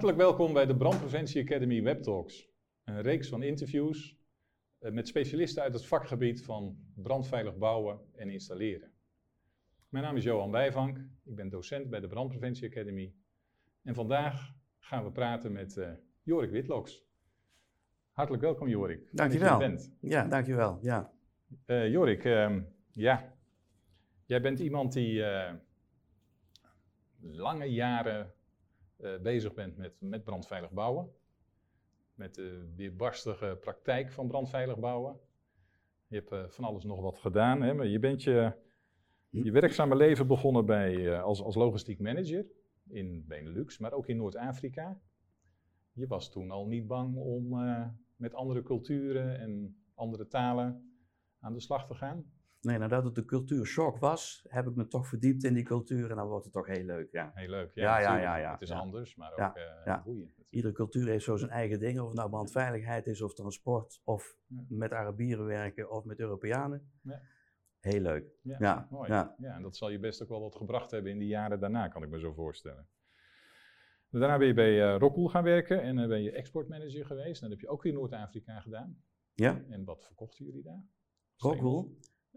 Hartelijk welkom bij de Brandpreventie Academy Webtalks. Een reeks van interviews met specialisten uit het vakgebied van brandveilig bouwen en installeren. Mijn naam is Johan Bijvank, ik ben docent bij de Brandpreventie Academy. En vandaag gaan we praten met Jorik Witloks. Hartelijk welkom Jorik. Dankjewel. Ja, dankjewel. Ja. Jorik, jij bent iemand die lange jaren bezig bent met brandveilig bouwen. Met de weerbarstige praktijk van brandveilig bouwen. Je hebt van alles nog wat gedaan, hè? Maar je bent je werkzame leven begonnen als logistiek manager in Benelux, maar ook in Noord-Afrika. Je was toen al niet bang om met andere culturen en andere talen aan de slag te gaan? Nee, nadat het de cultuurshock was, heb ik me toch verdiept in die cultuur en dan wordt het toch heel leuk. Ja. Heel leuk, ja. Het is anders, maar ook boeiend. Iedere cultuur heeft zo zijn eigen dingen, of het nou brandveiligheid is, of transport, of met Arabieren werken, of met Europeanen. Ja. Heel leuk. Ja, mooi. Ja, en dat zal je best ook wel wat gebracht hebben in die jaren daarna, kan ik me zo voorstellen. Daarna ben je bij Rockwool gaan werken en ben je exportmanager geweest. Dat heb je ook in Noord-Afrika gedaan. Ja. En wat verkochten jullie daar? Rockwool?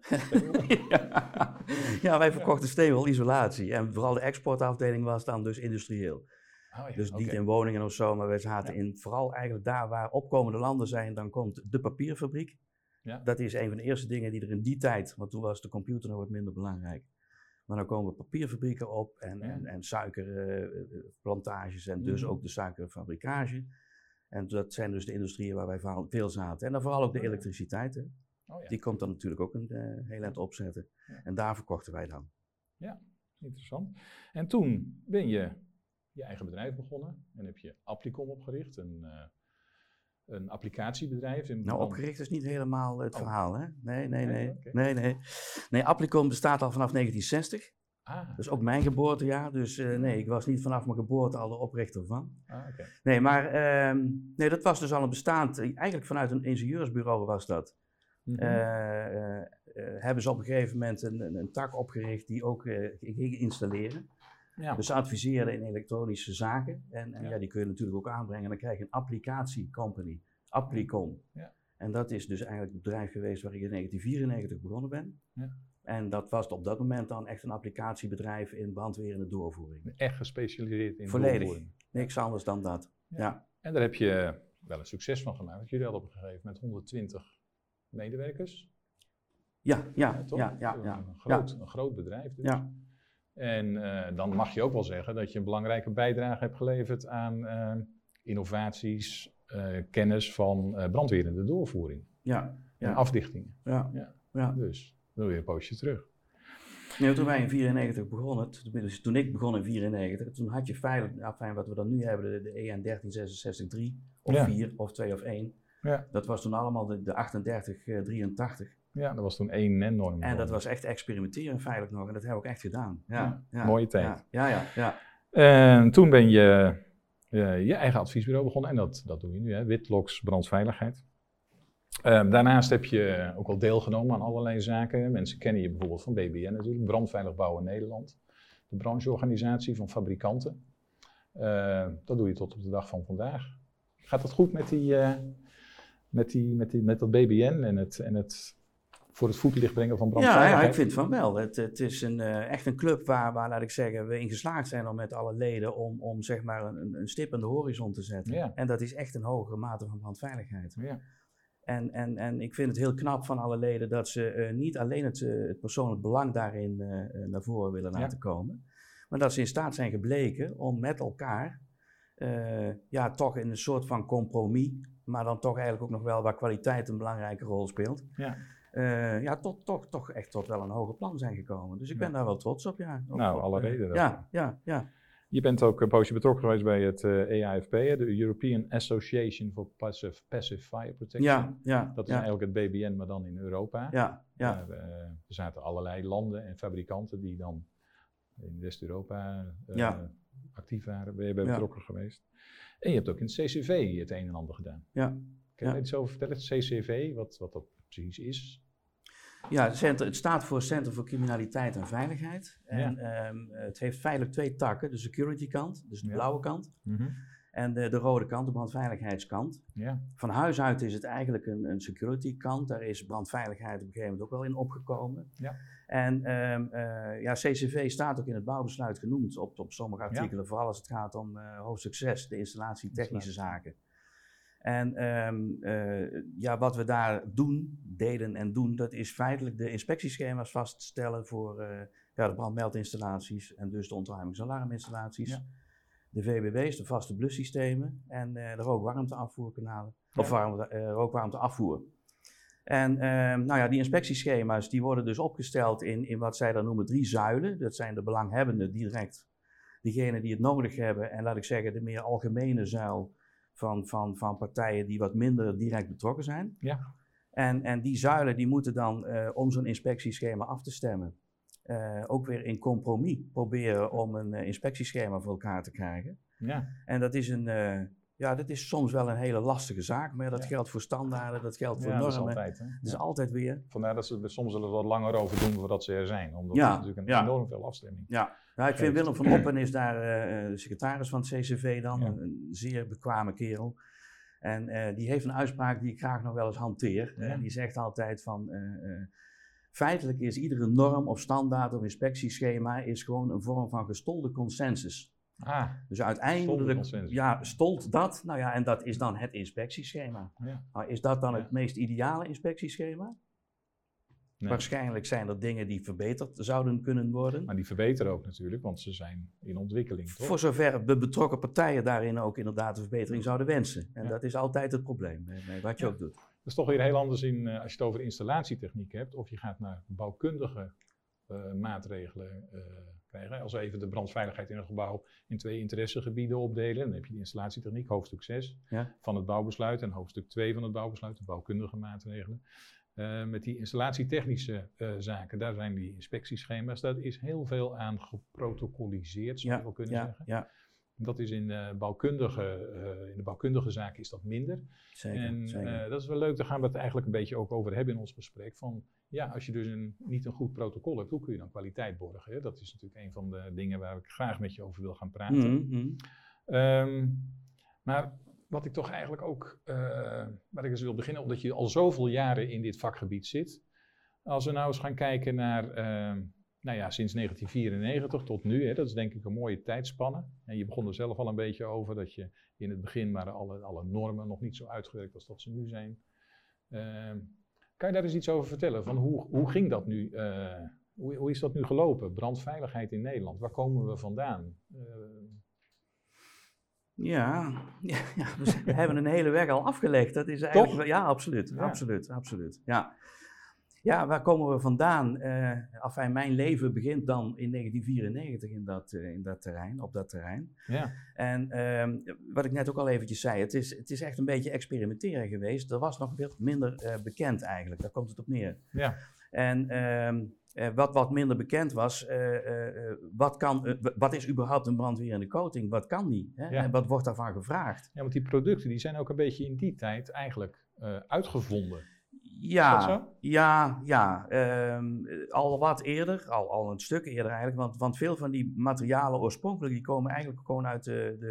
Ja, wij verkochten steenwol isolatie. En vooral de exportafdeling was dan dus industrieel. Oh ja, dus niet in woningen of zo, maar wij zaten in vooral eigenlijk daar waar opkomende landen zijn. Dan komt de papierfabriek. Ja. Dat is een van de eerste dingen die er in die tijd, want toen was de computer nog wat minder belangrijk. Maar dan komen papierfabrieken op en suikerplantages en dus ook de suikerfabrikage. En dat zijn dus de industrieën waar wij veel zaten. En dan vooral ook de elektriciteit. Hè. Oh ja. Die komt dan natuurlijk ook een heel eind opzetten. Ja. En daar verkochten wij dan. Ja, interessant. En toen ben je je eigen bedrijf begonnen en heb je Applicom opgericht, een applicatiebedrijf. Opgericht is niet helemaal het verhaal, hè? Nee, Applicom bestaat al vanaf 1960. Dat is ook mijn geboortejaar, dus ik was niet vanaf mijn geboorte al de oprichter van. Okay. Nee, maar dat was dus al een bestaand, eigenlijk vanuit een ingenieursbureau was dat. Hebben ze op een gegeven moment een tak opgericht die ook ging installeren. Ja. Dus ze adviseerden in elektronische zaken en die kun je natuurlijk ook aanbrengen. En dan krijg je een applicatiecompany, Applicom. Ja. En dat is dus eigenlijk het bedrijf geweest waar ik in 1994 begonnen ben. Ja. En dat was op dat moment dan echt een applicatiebedrijf in brandweerende doorvoering. Echt gespecialiseerd in volledig doorvoering? Niks anders dan dat, ja. En daar heb je wel een succes van gemaakt, want jullie hadden op een gegeven moment 120 medewerkers. Ja. Een groot bedrijf dus. Ja. En dan mag je ook wel zeggen dat je een belangrijke bijdrage hebt geleverd aan innovaties, kennis van brandweerende doorvoering. En afdichtingen. Ja. Dus, dan weer een poosje terug. Nee, toen wij in 1994 begonnen, toen ik begon in 1994, toen had je feitelijk, wat we dan nu hebben, de EN 13663 of 4 of 2 of 1. Ja. Dat was toen allemaal de 3883. Ja, dat was toen 1 NEN-norm. En dat was echt experimenteren feitelijk nog en dat hebben we ook echt gedaan. Ja. Mooie tijd. Ja. En toen ben je je eigen adviesbureau begonnen en dat doe je nu, hè? Witloks Brandveiligheid. Daarnaast heb je ook al deelgenomen aan allerlei zaken. Mensen kennen je bijvoorbeeld van BBN natuurlijk, Brandveilig Bouwen Nederland. De brancheorganisatie van fabrikanten. Dat doe je tot op de dag van vandaag. Gaat het goed met dat BBN en het voor het voetlicht brengen van brandveiligheid? Ja, ik vind van wel. Het is echt een club waar, laat ik zeggen, we in geslaagd zijn om met alle leden om zeg maar een stip aan de horizon te zetten. Ja. En dat is echt een hogere mate van brandveiligheid. Ja. En ik vind het heel knap van alle leden dat ze niet alleen het persoonlijk belang daarin naar voren willen laten komen, maar dat ze in staat zijn gebleken om met elkaar toch in een soort van compromis, maar dan toch eigenlijk ook nog wel waar kwaliteit een belangrijke rol speelt. Ja. Toch echt tot wel een hoger plan zijn gekomen. Dus ik ben daar wel trots op, ja. Alle reden. Ja. Je bent ook een poosje betrokken geweest bij het EAFP, de European Association for Passive Fire Protection. Dat is eigenlijk het BBN, maar dan in Europa. Er zaten allerlei landen en fabrikanten die dan in West-Europa actief waren. Ben je bij betrokken geweest. En je hebt ook in het CCV het een en ander gedaan. Kan je iets over vertellen? Het CCV, wat dat precies is? Ja, het staat voor Centrum voor Criminaliteit en Veiligheid. En het heeft feitelijk 2 takken, de security kant, dus de blauwe kant. En de rode kant, de brandveiligheidskant. Ja. Van huis uit is het eigenlijk een security kant. Daar is brandveiligheid op een gegeven moment ook wel in opgekomen. Ja. En CCV staat ook in het bouwbesluit genoemd op sommige artikelen. Vooral als het gaat om hoofdstuk 6, de installatie technische zaken. En wat we daar doen, dat is feitelijk de inspectieschema's vaststellen voor de brandmeldinstallaties en dus de ontruimings- en alarminstallaties. Ja. De VBW's, de vaste blussystemen en de rookwarmteafvoerkanalen, of rookwarmteafvoer. En die inspectieschema's die worden dus opgesteld in wat zij dan noemen 3 zuilen. Dat zijn de belanghebbenden direct, diegenen die het nodig hebben en laat ik zeggen de meer algemene zuil van partijen die wat minder direct betrokken zijn. Ja. En die zuilen die moeten dan, om zo'n inspectieschema af te stemmen, ook weer in compromis proberen om een inspectieschema voor elkaar te krijgen. Ja. En dat is dat is soms wel een hele lastige zaak, maar dat geldt voor standaarden, dat geldt voor normen. Dat is altijd, hè? Dat is altijd weer. Vandaar dat ze er soms wel wat langer over doen voordat ze er zijn, omdat er natuurlijk enorm veel afstemming. Ja. Nou, ik vind Willem van Oppen is daar de secretaris van het CCV dan, een zeer bekwame kerel. En die heeft een uitspraak die ik graag nog wel eens hanteer. Ja. Die zegt altijd van, feitelijk is iedere norm of standaard of inspectieschema is gewoon een vorm van gestolde consensus. Dus uiteindelijk stolt dat, en dat is dan het inspectieschema. Ja. Maar is dat dan het meest ideale inspectieschema? Nee. Waarschijnlijk zijn er dingen die verbeterd zouden kunnen worden. Maar die verbeteren ook natuurlijk, want ze zijn in ontwikkeling, toch? Voor zover de betrokken partijen daarin ook inderdaad een verbetering zouden wensen. En dat is altijd het probleem, met wat je ook doet. Dat is toch weer heel anders als je het over installatietechniek hebt, of je gaat naar bouwkundige maatregelen krijgen. Als we even de brandveiligheid in een gebouw in 2 interessegebieden opdelen, dan heb je de installatietechniek, hoofdstuk 6 van het bouwbesluit en hoofdstuk 2 van het bouwbesluit, de bouwkundige maatregelen. Met die installatietechnische zaken, daar zijn die inspectieschema's, daar is heel veel aan geprotocoliseerd, zou je wel kunnen zeggen. Ja. Dat is in de bouwkundige zaken is dat minder. Zeker. Dat is wel leuk, daar gaan we het eigenlijk een beetje ook over hebben in ons gesprek. Van, als je dus niet een goed protocol hebt, hoe kun je dan kwaliteit borgen? Hè? Dat is natuurlijk een van de dingen waar ik graag met je over wil gaan praten. Maar wat ik toch eigenlijk ook, waar ik eens wil beginnen, omdat je al zoveel jaren in dit vakgebied zit. Als we nou eens gaan kijken naar, sinds 1994 tot nu, dat is denk ik een mooie tijdspanne. En je begon er zelf al een beetje over, dat je in het begin waren alle normen nog niet zo uitgewerkt als dat ze nu zijn. Kan je daar eens iets over vertellen? Van hoe ging dat nu? Hoe is dat nu gelopen? Brandveiligheid in Nederland, waar komen we vandaan? We hebben een hele weg al afgelegd. Dat is eigenlijk, toch? Ja, absoluut. Ja, waar komen we vandaan? Mijn leven begint dan in 1994 op dat terrein. Ja. En wat ik net ook al eventjes zei, het is echt een beetje experimenteren geweest. Er was nog veel minder bekend eigenlijk, daar komt het op neer. Ja. En wat minder bekend was, wat is überhaupt een brandwerende coating? Wat kan die? Hè? Ja. En wat wordt daarvan gevraagd? Ja, want die producten die zijn ook een beetje in die tijd eigenlijk uitgevonden. Al wat eerder, al een stuk eerder eigenlijk, want veel van die materialen oorspronkelijk, die komen eigenlijk gewoon uit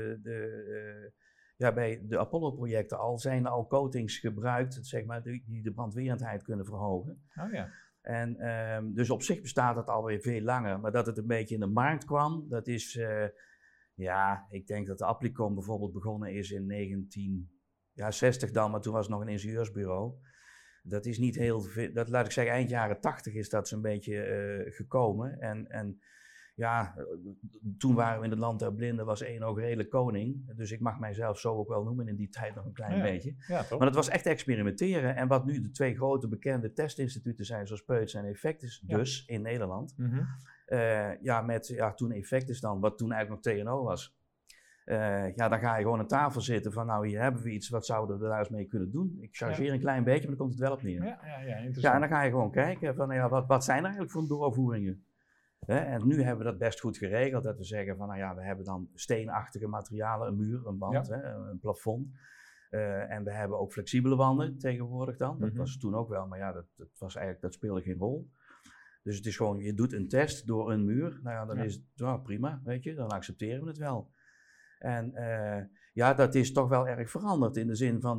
bij de Apollo-projecten al, zijn al coatings gebruikt, zeg maar, die de brandwerendheid kunnen verhogen. Oh ja. En dus op zich bestaat het alweer veel langer, maar dat het een beetje in de markt kwam, dat is, ik denk dat de Applicom bijvoorbeeld begonnen is in 1960 dan, maar toen was het nog een ingenieursbureau. Dat is niet heel veel, dat laat ik zeggen, eind jaren 80 is dat zo'n beetje gekomen. En toen waren we in het land der blinden, was één oog redelijk koning. Dus ik mag mijzelf zo ook wel noemen in die tijd nog een klein beetje. Ja, toch? Maar het was echt experimenteren. En wat nu de 2 grote bekende testinstituten zijn, zoals Peuts en Effectus dus in Nederland. Mm-hmm. Toen Effectus dan, wat toen eigenlijk nog TNO was. Dan ga je gewoon aan tafel zitten van hier hebben we iets, wat zouden we daar eens mee kunnen doen? Ik chargeer een klein beetje, maar dan komt het wel op neer. Interessant. Ja, en dan ga je gewoon kijken van wat zijn er eigenlijk voor doorvoeringen? En nu hebben we dat best goed geregeld, dat we zeggen van we hebben dan steenachtige materialen, een muur, een wand, een plafond. En we hebben ook flexibele wanden tegenwoordig dan. Dat was toen ook wel, maar dat speelde geen rol. Dus het is gewoon, je doet een test door een muur, dan is het prima, weet je, dan accepteren we het wel. En Ja, dat is toch wel erg veranderd in de zin van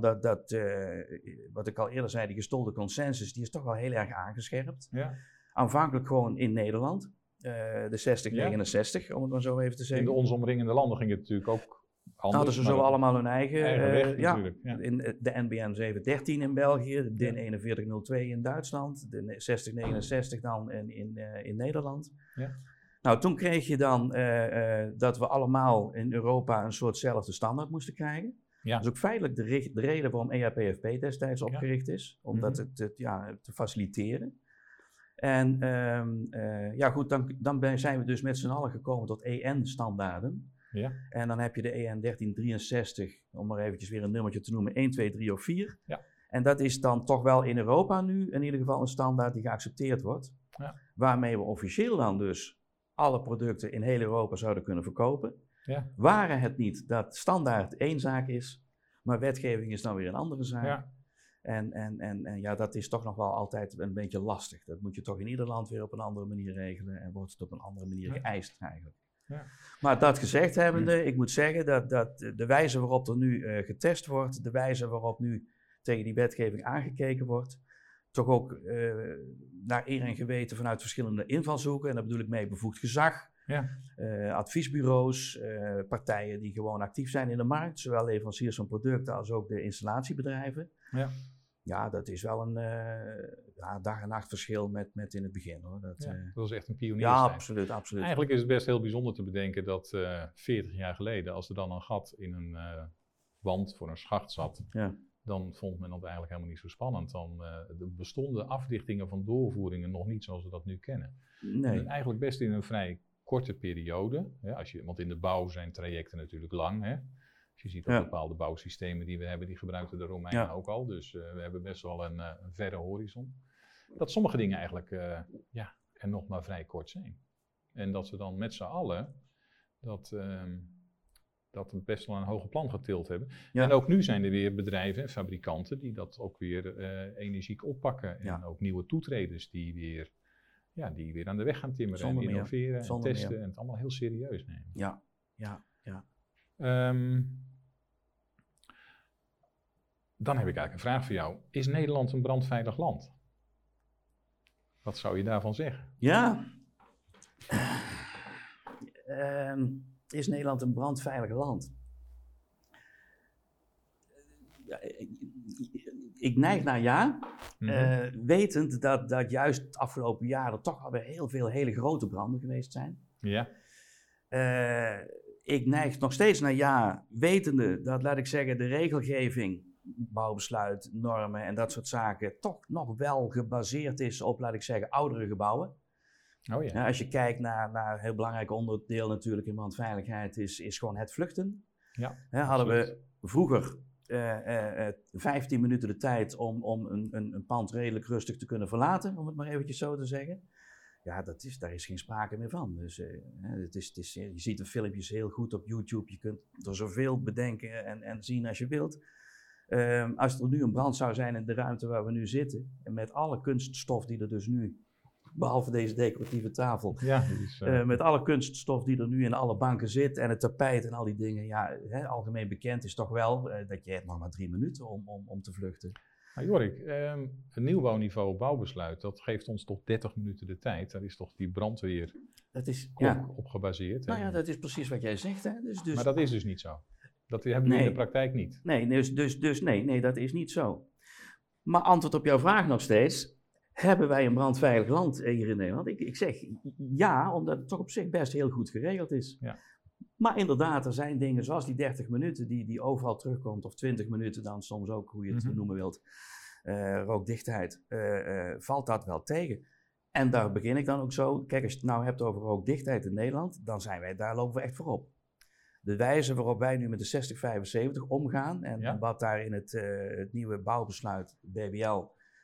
wat ik al eerder zei, die gestolde consensus, die is toch wel heel erg aangescherpt. Ja. Aanvankelijk gewoon in Nederland, de 60-69, om het maar zo even te zeggen. In de ons omringende landen ging het natuurlijk ook anders. Hadden ze zo allemaal hun eigen weg natuurlijk. Ja. In de NBN 713 in België, de DIN 4102 in Duitsland, de 6069 dan in Nederland. Ja. Nou, toen kreeg je dan dat we allemaal in Europa een soortzelfde standaard moesten krijgen. Ja. Dat is ook feitelijk de reden waarom EAPFP destijds opgericht is, om dat te faciliteren. En goed, dan zijn we dus met z'n allen gekomen tot EN-standaarden. Ja. En dan heb je de EN 1363, om maar eventjes weer een nummertje te noemen, 1, 2, 3 of 4. Ja. En dat is dan toch wel in Europa nu in ieder geval een standaard die geaccepteerd wordt. Ja. Waarmee we officieel dan dus alle producten in heel Europa zouden kunnen verkopen. Ja. Waren het niet dat standaard één zaak is, maar wetgeving is dan weer een andere zaak. Ja. En ja, dat is toch nog wel altijd een beetje lastig. Dat moet je toch in ieder land weer op een andere manier regelen en wordt het op een andere manier geëist eigenlijk. Ja. Maar dat gezegd hebbende, ik moet zeggen dat de wijze waarop er nu getest wordt, de wijze waarop nu tegen die wetgeving aangekeken wordt, toch ook naar eer en geweten vanuit verschillende invalshoeken, en daar bedoel ik mee bevoegd gezag, adviesbureaus, partijen die gewoon actief zijn in de markt, zowel leveranciers van producten als ook de installatiebedrijven. Ja. Ja, dat is wel een dag en nacht verschil met in het begin, hoor. Dat was echt een pionierstijd. Ja, absoluut, absoluut. Eigenlijk is het best heel bijzonder te bedenken dat 40 jaar geleden, als er dan een gat in een wand voor een schacht zat, dan vond men dat eigenlijk helemaal niet zo spannend. Dan bestonden afdichtingen van doorvoeringen nog niet zoals we dat nu kennen. Nee. En eigenlijk best in een vrij korte periode, want in de bouw zijn trajecten natuurlijk lang, hè. Je ziet ook bepaalde bouwsystemen die we hebben, die gebruikten de Romeinen ook al. Dus we hebben best wel een verre horizon. Dat sommige dingen eigenlijk er nog maar vrij kort zijn. En dat we dan met z'n allen dat we best wel een hoger plan getild hebben. Ja. En ook nu zijn er weer bedrijven en fabrikanten die dat ook weer energiek oppakken. En ook nieuwe toetreders die weer aan de weg gaan timmeren. Zonder en innoveren en testen en het allemaal heel serieus nemen. Ja. Dan heb ik eigenlijk een vraag voor jou. Is Nederland een brandveilig land? Wat zou je daarvan zeggen? Ja. Is Nederland een brandveilig land? Ik neig naar ja. Wetend dat juist het afgelopen jaren toch alweer heel veel hele grote branden geweest zijn. Ja. Ik neig nog steeds naar ja, wetende dat, laat ik zeggen, de regelgeving, bouwbesluit, normen en dat soort zaken toch nog wel gebaseerd is op, laat ik zeggen, oudere gebouwen. Oh ja. Als je kijkt naar een heel belangrijk onderdeel natuurlijk in brandveiligheid is gewoon het vluchten. Ja, hadden we vroeger 15 minuten de tijd om een pand redelijk rustig te kunnen verlaten, om het maar eventjes zo te zeggen. Ja, daar is geen sprake meer van. Dus je ziet de filmpjes heel goed op YouTube. Je kunt er zoveel bedenken en zien als je wilt. Als er nu een brand zou zijn in de ruimte waar we nu zitten, en met alle kunststof die er dus nu, behalve deze decoratieve tafel, met alle kunststof die er nu in alle banken zit en het tapijt en al die dingen, algemeen bekend is toch wel dat je hebt nog maar 3 minuten om te vluchten. Maar Jorik, een nieuwbouwniveau bouwbesluit, dat geeft ons toch 30 minuten de tijd. Daar is toch die brandweer op gebaseerd. Nou ja, dat is precies wat jij zegt. Hè? Dus maar dat is dus niet zo. Dat hebben we in de praktijk niet. Nee, nee, dat is niet zo. Maar antwoord op jouw vraag nog steeds, hebben wij een brandveilig land hier in Nederland? Ik zeg ja, omdat het toch op zich best heel goed geregeld is. Ja. Maar inderdaad, er zijn dingen zoals die 30 minuten die overal terugkomt, of 20 minuten dan soms ook, hoe je het noemen wilt, rookdichtheid, valt dat wel tegen. En daar begin ik dan ook zo. Kijk, als je het nou hebt over rookdichtheid in Nederland, dan daar lopen we echt voorop. De wijze waarop wij nu met de 6075 omgaan en wat daar in het nieuwe bouwbesluit, BBL,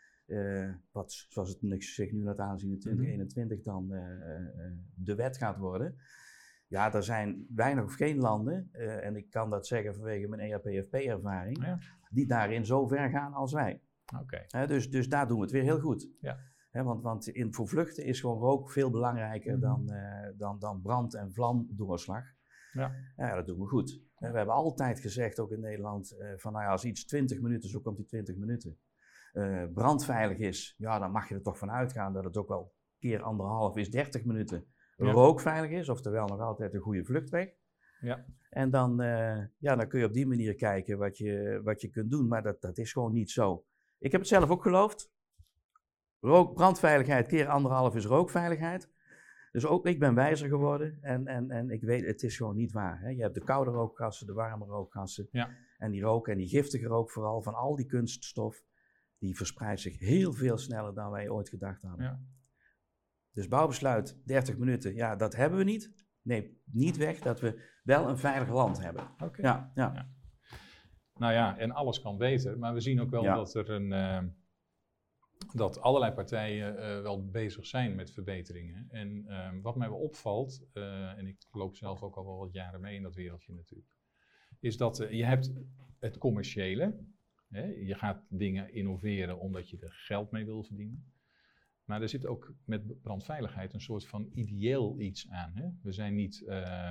wat zoals het zich nu laat aanzien in 2021 dan de wet gaat worden. Ja, er zijn weinig of geen landen, en ik kan dat zeggen vanwege mijn EAPFP-ervaring, die daarin zo ver gaan als wij. Okay. Dus daar doen we het weer heel goed. Ja. Want voor vluchten is gewoon rook veel belangrijker dan brand- en vlamdoorslag. Ja, dat doen we goed. We hebben altijd gezegd, ook in Nederland, van nou ja, als iets 20 minuten, zo komt die 20 minuten, brandveilig is, ja, dan mag je er toch van uitgaan dat het ook wel keer 1,5 is 30 minuten rookveilig is, oftewel nog altijd een goede vluchtweg. Ja. En dan, dan kun je op die manier kijken wat je kunt doen, maar dat is gewoon niet zo. Ik heb het zelf ook geloofd. Brandveiligheid keer 1,5 is rookveiligheid. Dus ook ik ben wijzer geworden en ik weet, het is gewoon niet waar. Hè? Je hebt de koude rookgassen, de warme rookgassen. Ja. En die rook en die giftige rook vooral van al die kunststof, die verspreidt zich heel veel sneller dan wij ooit gedacht hadden. Ja. Dus bouwbesluit 30 minuten, ja, dat hebben we niet. Nee, niet weg dat we wel een veilig land hebben. Okay. Ja. Nou ja, en alles kan beter, maar we zien ook wel dat er dat allerlei partijen wel bezig zijn met verbeteringen. En wat mij wel opvalt, en ik loop zelf ook al wel wat jaren mee in dat wereldje natuurlijk, is dat je hebt het commerciële. Hè? Je gaat dingen innoveren omdat je er geld mee wil verdienen. Maar er zit ook met brandveiligheid een soort van ideeel iets aan. Hè? We zijn niet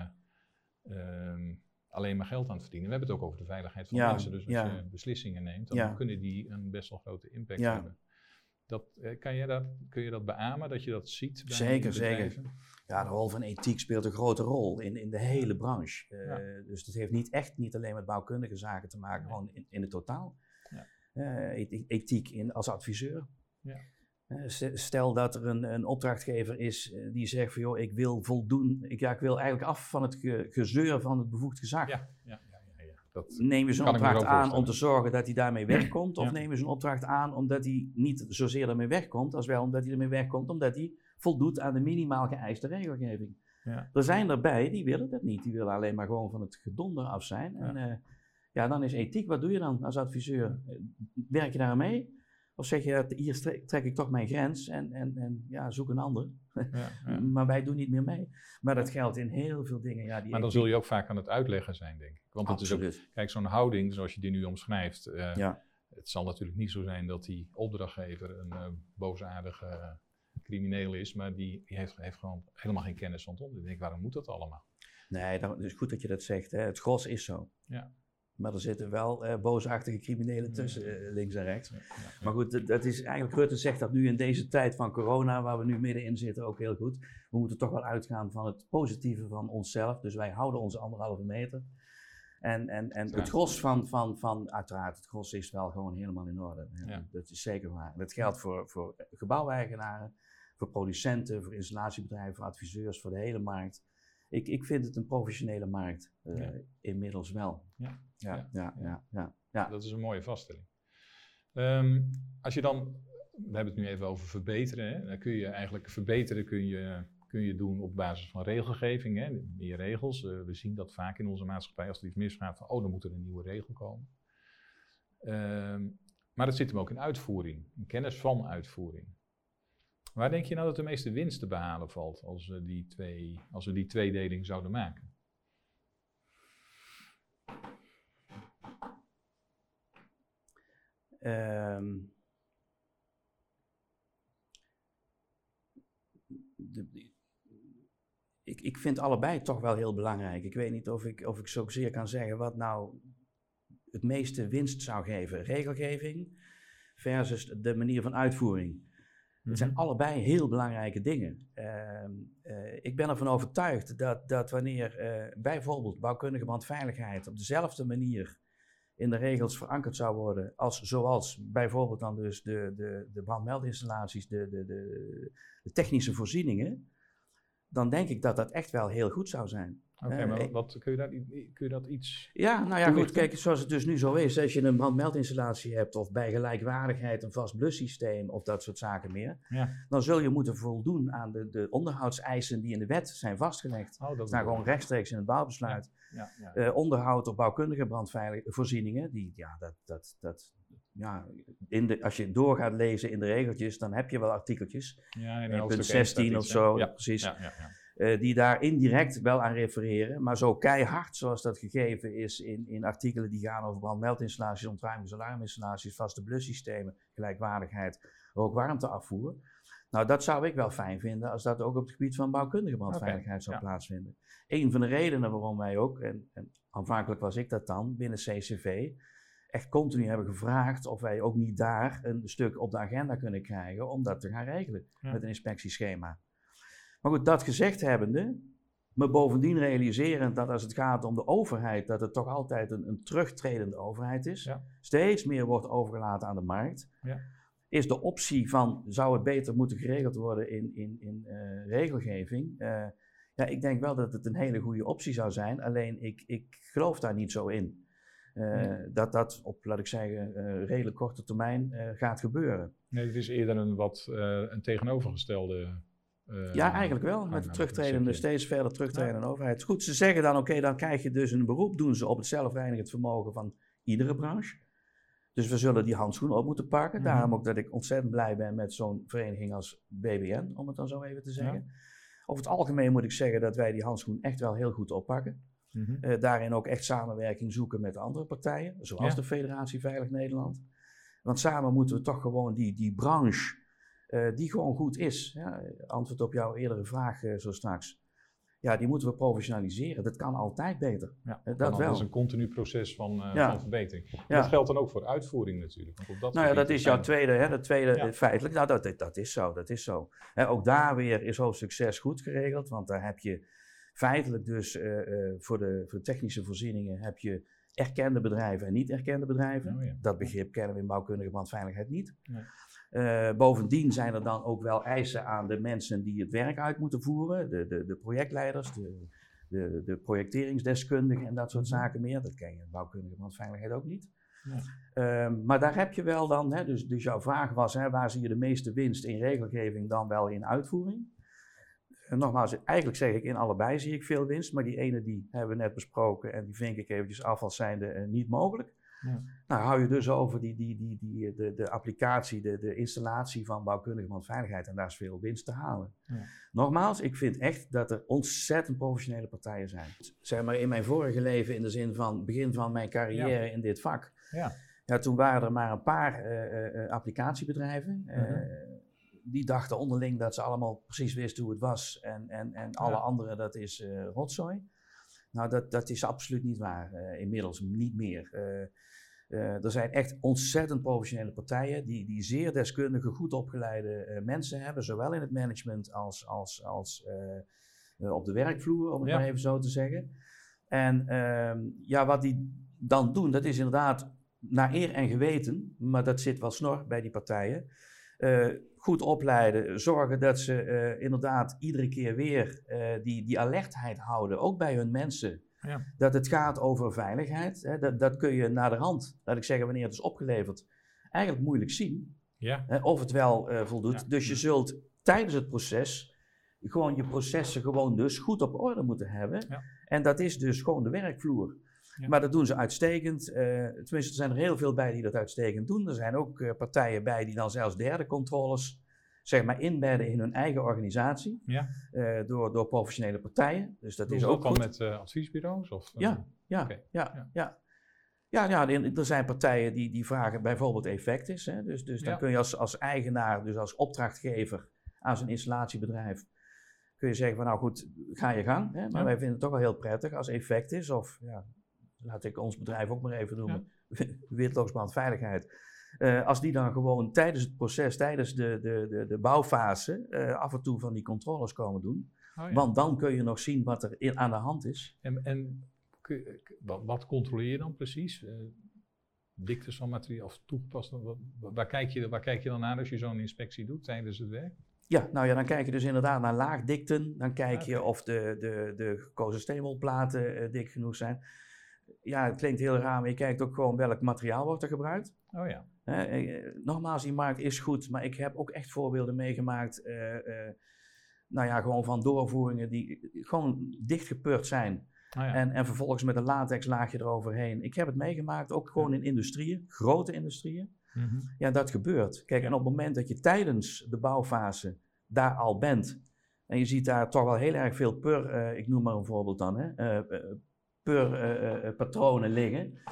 alleen maar geld aan het verdienen. We hebben het ook over de veiligheid van mensen. Dus als je beslissingen neemt, dan kunnen die een best wel grote impact hebben. Kun je dat beamen, dat je dat ziet? Zeker. Ja, de rol van ethiek speelt een grote rol in de hele branche. Dus het heeft niet alleen met bouwkundige zaken te maken, gewoon in het totaal. Ja. Ethiek als adviseur. Ja. Stel dat er een opdrachtgever is die zegt van joh, ik wil voldoen, ik wil eigenlijk af van het gezeur van het bevoegd gezag. Nemen ze een opdracht aan om te zorgen dat hij daarmee wegkomt, of nemen ze een opdracht aan omdat hij niet zozeer daarmee wegkomt, als wel omdat hij ermee wegkomt, omdat hij voldoet aan de minimaal geëiste regelgeving. Ja. Er zijn erbij die willen dat niet, die willen alleen maar gewoon van het gedonder af zijn. En dan is ethiek, wat doe je dan als adviseur? Werk je daar mee? Of zeg je, hier trek ik toch mijn grens en zoek een ander. Maar wij doen niet meer mee. Maar dat geldt in heel veel dingen. Maar dan zul je ook vaak aan het uitleggen zijn, denk ik. Want het is ook, kijk, zo'n houding zoals je die nu omschrijft. Het zal natuurlijk niet zo zijn dat die opdrachtgever een boosaardige crimineel is. Maar die heeft gewoon helemaal geen kennis van het onderwerp. Ik denk, waarom moet dat allemaal? Nee, het is goed dat je dat zegt. Hè. Het gros is zo. Ja. Maar er zitten wel boosachtige criminelen tussen, links en rechts. Ja. Maar goed, dat is eigenlijk, Rutte zegt dat nu in deze tijd van corona, waar we nu middenin zitten, ook heel goed. We moeten toch wel uitgaan van het positieve van onszelf. Dus wij houden onze 1,5 meter. En het gros van uiteraard, het gros is wel gewoon helemaal in orde. Ja. Dat is zeker waar. Dat geldt voor gebouweigenaren, voor producenten, voor installatiebedrijven, voor adviseurs, voor de hele markt. Ik vind het een professionele markt, inmiddels wel. Ja. Dat is een mooie vaststelling. Als je dan, we hebben het nu even over verbeteren, hè? Dan kun je eigenlijk verbeteren kun je doen op basis van regelgeving, hè? Meer regels. We zien dat vaak in onze maatschappij als er iets misgaat van, dan moet er een nieuwe regel komen. Maar dat zit hem ook in uitvoering, in kennis van uitvoering. Waar denk je nou dat de meeste winst te behalen valt als we die tweedeling zouden maken? Ik vind allebei toch wel heel belangrijk. Ik weet niet of ik zozeer kan zeggen wat nou het meeste winst zou geven. Regelgeving versus de manier van uitvoering. Het zijn allebei heel belangrijke dingen. Ik ben ervan overtuigd dat wanneer bijvoorbeeld bouwkundige brandveiligheid op dezelfde manier in de regels verankerd zou worden, zoals bijvoorbeeld dan dus de brandmeldinstallaties, de technische voorzieningen, dan denk ik dat dat echt wel heel goed zou zijn. Oké, maar wat, kun je dat iets... Ja, nou ja, goed, kijk, zoals het dus nu zo is, als je een brandmeldinstallatie hebt of bij gelijkwaardigheid een vast blussysteem of dat soort zaken meer, dan zul je moeten voldoen aan de onderhoudseisen die in de wet zijn vastgelegd. Dat staan gewoon rechtstreeks in het bouwbesluit. Onderhoud op bouwkundige brandveilige voorzieningen, als je door gaat lezen in de regeltjes, dan heb je wel artikeltjes. In punt 16 of zo, precies. Die daar indirect wel aan refereren, maar zo keihard zoals dat gegeven is in artikelen die gaan over brandmeldinstallaties, ontruimings- en alarminstallaties, vaste blussystemen, gelijkwaardigheid, rookwarmteafvoer. Nou, dat zou ik wel fijn vinden als dat ook op het gebied van bouwkundige brandveiligheid zou plaatsvinden. Een van de redenen waarom wij ook, en aanvankelijk was ik dat dan, binnen CCV, echt continu hebben gevraagd of wij ook niet daar een stuk op de agenda kunnen krijgen om dat te gaan regelen met een inspectieschema. Maar goed, dat gezegd hebbende, me bovendien realiserend dat als het gaat om de overheid, dat het toch altijd een terugtredende overheid is, steeds meer wordt overgelaten aan de markt, is de optie van zou het beter moeten geregeld worden in regelgeving. Ja, ik denk wel dat het een hele goede optie zou zijn, alleen ik geloof daar niet zo in. Dat dat op, laat ik zeggen, redelijk korte termijn gaat gebeuren. Nee, het is eerder een tegenovergestelde... ja, eigenlijk wel, met de terugtredende, steeds verder terugtredende overheid. Goed, ze zeggen dan, oké, dan krijg je dus een beroep, doen ze op het zelfreinigend vermogen van iedere branche. Dus we zullen die handschoen op moeten pakken. Daarom ook dat ik ontzettend blij ben met zo'n vereniging als BBN, om het dan zo even te zeggen. Over het algemeen moet ik zeggen dat wij die handschoen echt wel heel goed oppakken. Daarin ook echt samenwerking zoeken met andere partijen, zoals de Federatie Veilig Nederland. Want samen moeten we toch gewoon die branche, die gewoon goed is. Ja, antwoord op jouw eerdere vraag zo straks. Ja, die moeten we professionaliseren. Dat kan altijd beter. Ja, dat is een continu proces van verbetering. Dat geldt dan ook voor uitvoering natuurlijk. Want op dat is jouw tweede, feitelijk. Nou, dat is zo. Ook daar weer is hoofdstuk 6 goed geregeld, want daar heb je feitelijk dus voor de technische voorzieningen heb je erkende bedrijven en niet erkende bedrijven. Dat begrip kennen we in bouwkundige brandveiligheid niet. Bovendien zijn er dan ook wel eisen aan de mensen die het werk uit moeten voeren. De projectleiders, de projecteringsdeskundigen en dat soort zaken meer. Dat ken je in bouwkundige brandveiligheid ook niet. Maar daar heb je wel dan, dus jouw vraag was, waar zie je de meeste winst in regelgeving dan wel in uitvoering? Nogmaals, eigenlijk zeg ik in allebei zie ik veel winst, maar die ene die hebben we net besproken en die vink ik eventjes af als zijnde niet mogelijk. Nou, hou je dus over de applicatie, de installatie van bouwkundige brandveiligheid en daar is veel winst te halen. Nogmaals, ik vind echt dat er ontzettend professionele partijen zijn. Zeg maar in mijn vorige leven, in de zin van begin van mijn carrière in dit vak, toen waren er maar een paar applicatiebedrijven. Die dachten onderling dat ze allemaal precies wisten hoe het was en alle anderen dat is rotzooi. Nou, dat is absoluut niet waar. Inmiddels niet meer. Er zijn echt ontzettend professionele partijen die zeer deskundige, goed opgeleide mensen hebben, zowel in het management als op de werkvloer, om het maar even zo te zeggen. En wat die dan doen, dat is inderdaad naar eer en geweten, maar dat zit wel snor bij die partijen. Goed opleiden, zorgen dat ze inderdaad iedere keer weer die alertheid houden, ook bij hun mensen. Dat het gaat over veiligheid. Dat kun je naderhand, laat ik zeggen, wanneer het is opgeleverd, eigenlijk moeilijk zien. Of het wel voldoet. Dus je zult tijdens het proces gewoon je processen gewoon dus goed op orde moeten hebben. En dat is dus gewoon de werkvloer. Maar dat doen ze uitstekend. Tenminste, er zijn er heel veel bij die dat uitstekend doen. Er zijn ook partijen bij die dan zelfs derde controles zeg maar inbedden in hun eigen organisatie. Door professionele partijen. Dus dat is ook al met adviesbureaus? Of, er zijn partijen die vragen bijvoorbeeld Effectis. Dus dan kun je als eigenaar, dus als opdrachtgever aan zo'n installatiebedrijf, kun je zeggen van nou goed, ga je gang. Maar wij vinden het toch wel heel prettig als Effectis of laat ik ons bedrijf ook maar even noemen, Witlooksbrandveiligheid. Als die dan gewoon tijdens het proces, tijdens de bouwfase, af en toe van die controles komen doen. Want dan kun je nog zien wat er aan de hand is. En wat controleer je dan precies? Diktes van materiaal of toegepast? Waar kijk je dan naar als je zo'n inspectie doet tijdens het werk? Dan kijk je dus inderdaad naar laagdikten. Dan kijk je of de gekozen steenwolplaten dik genoeg zijn. Ja, het klinkt heel raar, maar je kijkt ook gewoon welk materiaal wordt er gebruikt. Nogmaals, die markt is goed, maar ik heb ook echt voorbeelden meegemaakt, gewoon van doorvoeringen die gewoon dichtgepurt zijn. En vervolgens met een latexlaagje eroverheen. Ik heb het meegemaakt, ook gewoon in industrieën, grote industrieën. Ja, dat gebeurt. Kijk, en op het moment dat je tijdens de bouwfase daar al bent, en je ziet daar toch wel heel erg veel ik noem maar een voorbeeld dan, patronen liggen.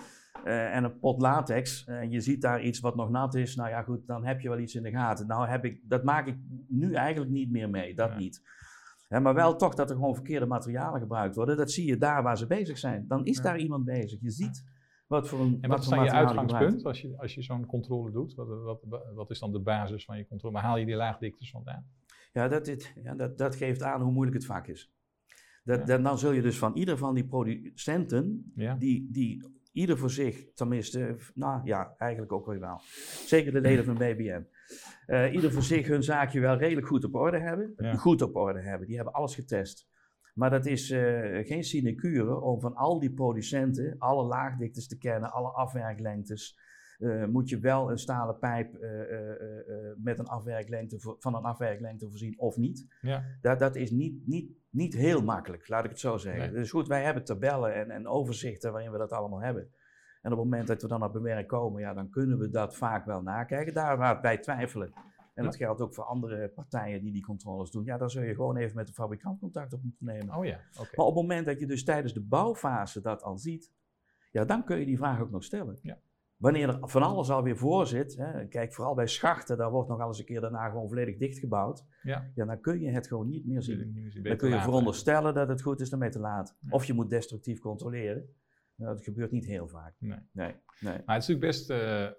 en een pot latex en je ziet daar iets wat nog nat is, nou ja goed, dan heb je wel iets in de gaten. Nou dat maak ik nu eigenlijk niet meer mee, dat niet. Maar wel toch dat er gewoon verkeerde materialen gebruikt worden. Dat zie je daar waar ze bezig zijn. Dan is daar iemand bezig. Je ziet wat voor een. En wat is dan je uitgangspunt als je zo'n controle doet? Wat is dan de basis van je controle? Maar haal je die laagdiktes vandaan? Ja, dat geeft aan hoe moeilijk het vak is. Dan zul je dus van ieder van die producenten, die ieder voor zich, tenminste, nou ja, eigenlijk ook wel. Zeker de leden van BBN. Ieder voor zich hun zaakje wel redelijk goed op orde hebben. Ja. Goed op orde hebben. Die hebben alles getest. Maar dat is geen sinecure om van al die producenten alle laagdiktes te kennen, alle afwerklengtes. Moet je wel een stalen pijp met een afwerklengte voorzien of niet. Ja. Dat is niet heel makkelijk, laat ik het zo zeggen. Nee. Dus goed, wij hebben tabellen en overzichten waarin we dat allemaal hebben. En op het moment dat we dan op bewerk komen, ja, dan kunnen we dat vaak wel nakijken. Daar waar we bij twijfelen. En dat geldt ook voor andere partijen die controles doen. Ja, dan zul je gewoon even met de fabrikant contact op moeten nemen. Oh ja, okay. Maar op het moment dat je dus tijdens de bouwfase dat al ziet, ja, dan kun je die vraag ook nog stellen. Ja. Wanneer er van alles alweer voor zit, kijk vooral bij schachten, daar wordt nog eens een keer daarna gewoon volledig dichtgebouwd. Ja, dan kun je het gewoon niet meer zien. Dan kun je veronderstellen dat het goed is ermee te laten. Ja. Of je moet destructief controleren. Nou, dat gebeurt niet heel vaak. Nee. Maar het is natuurlijk best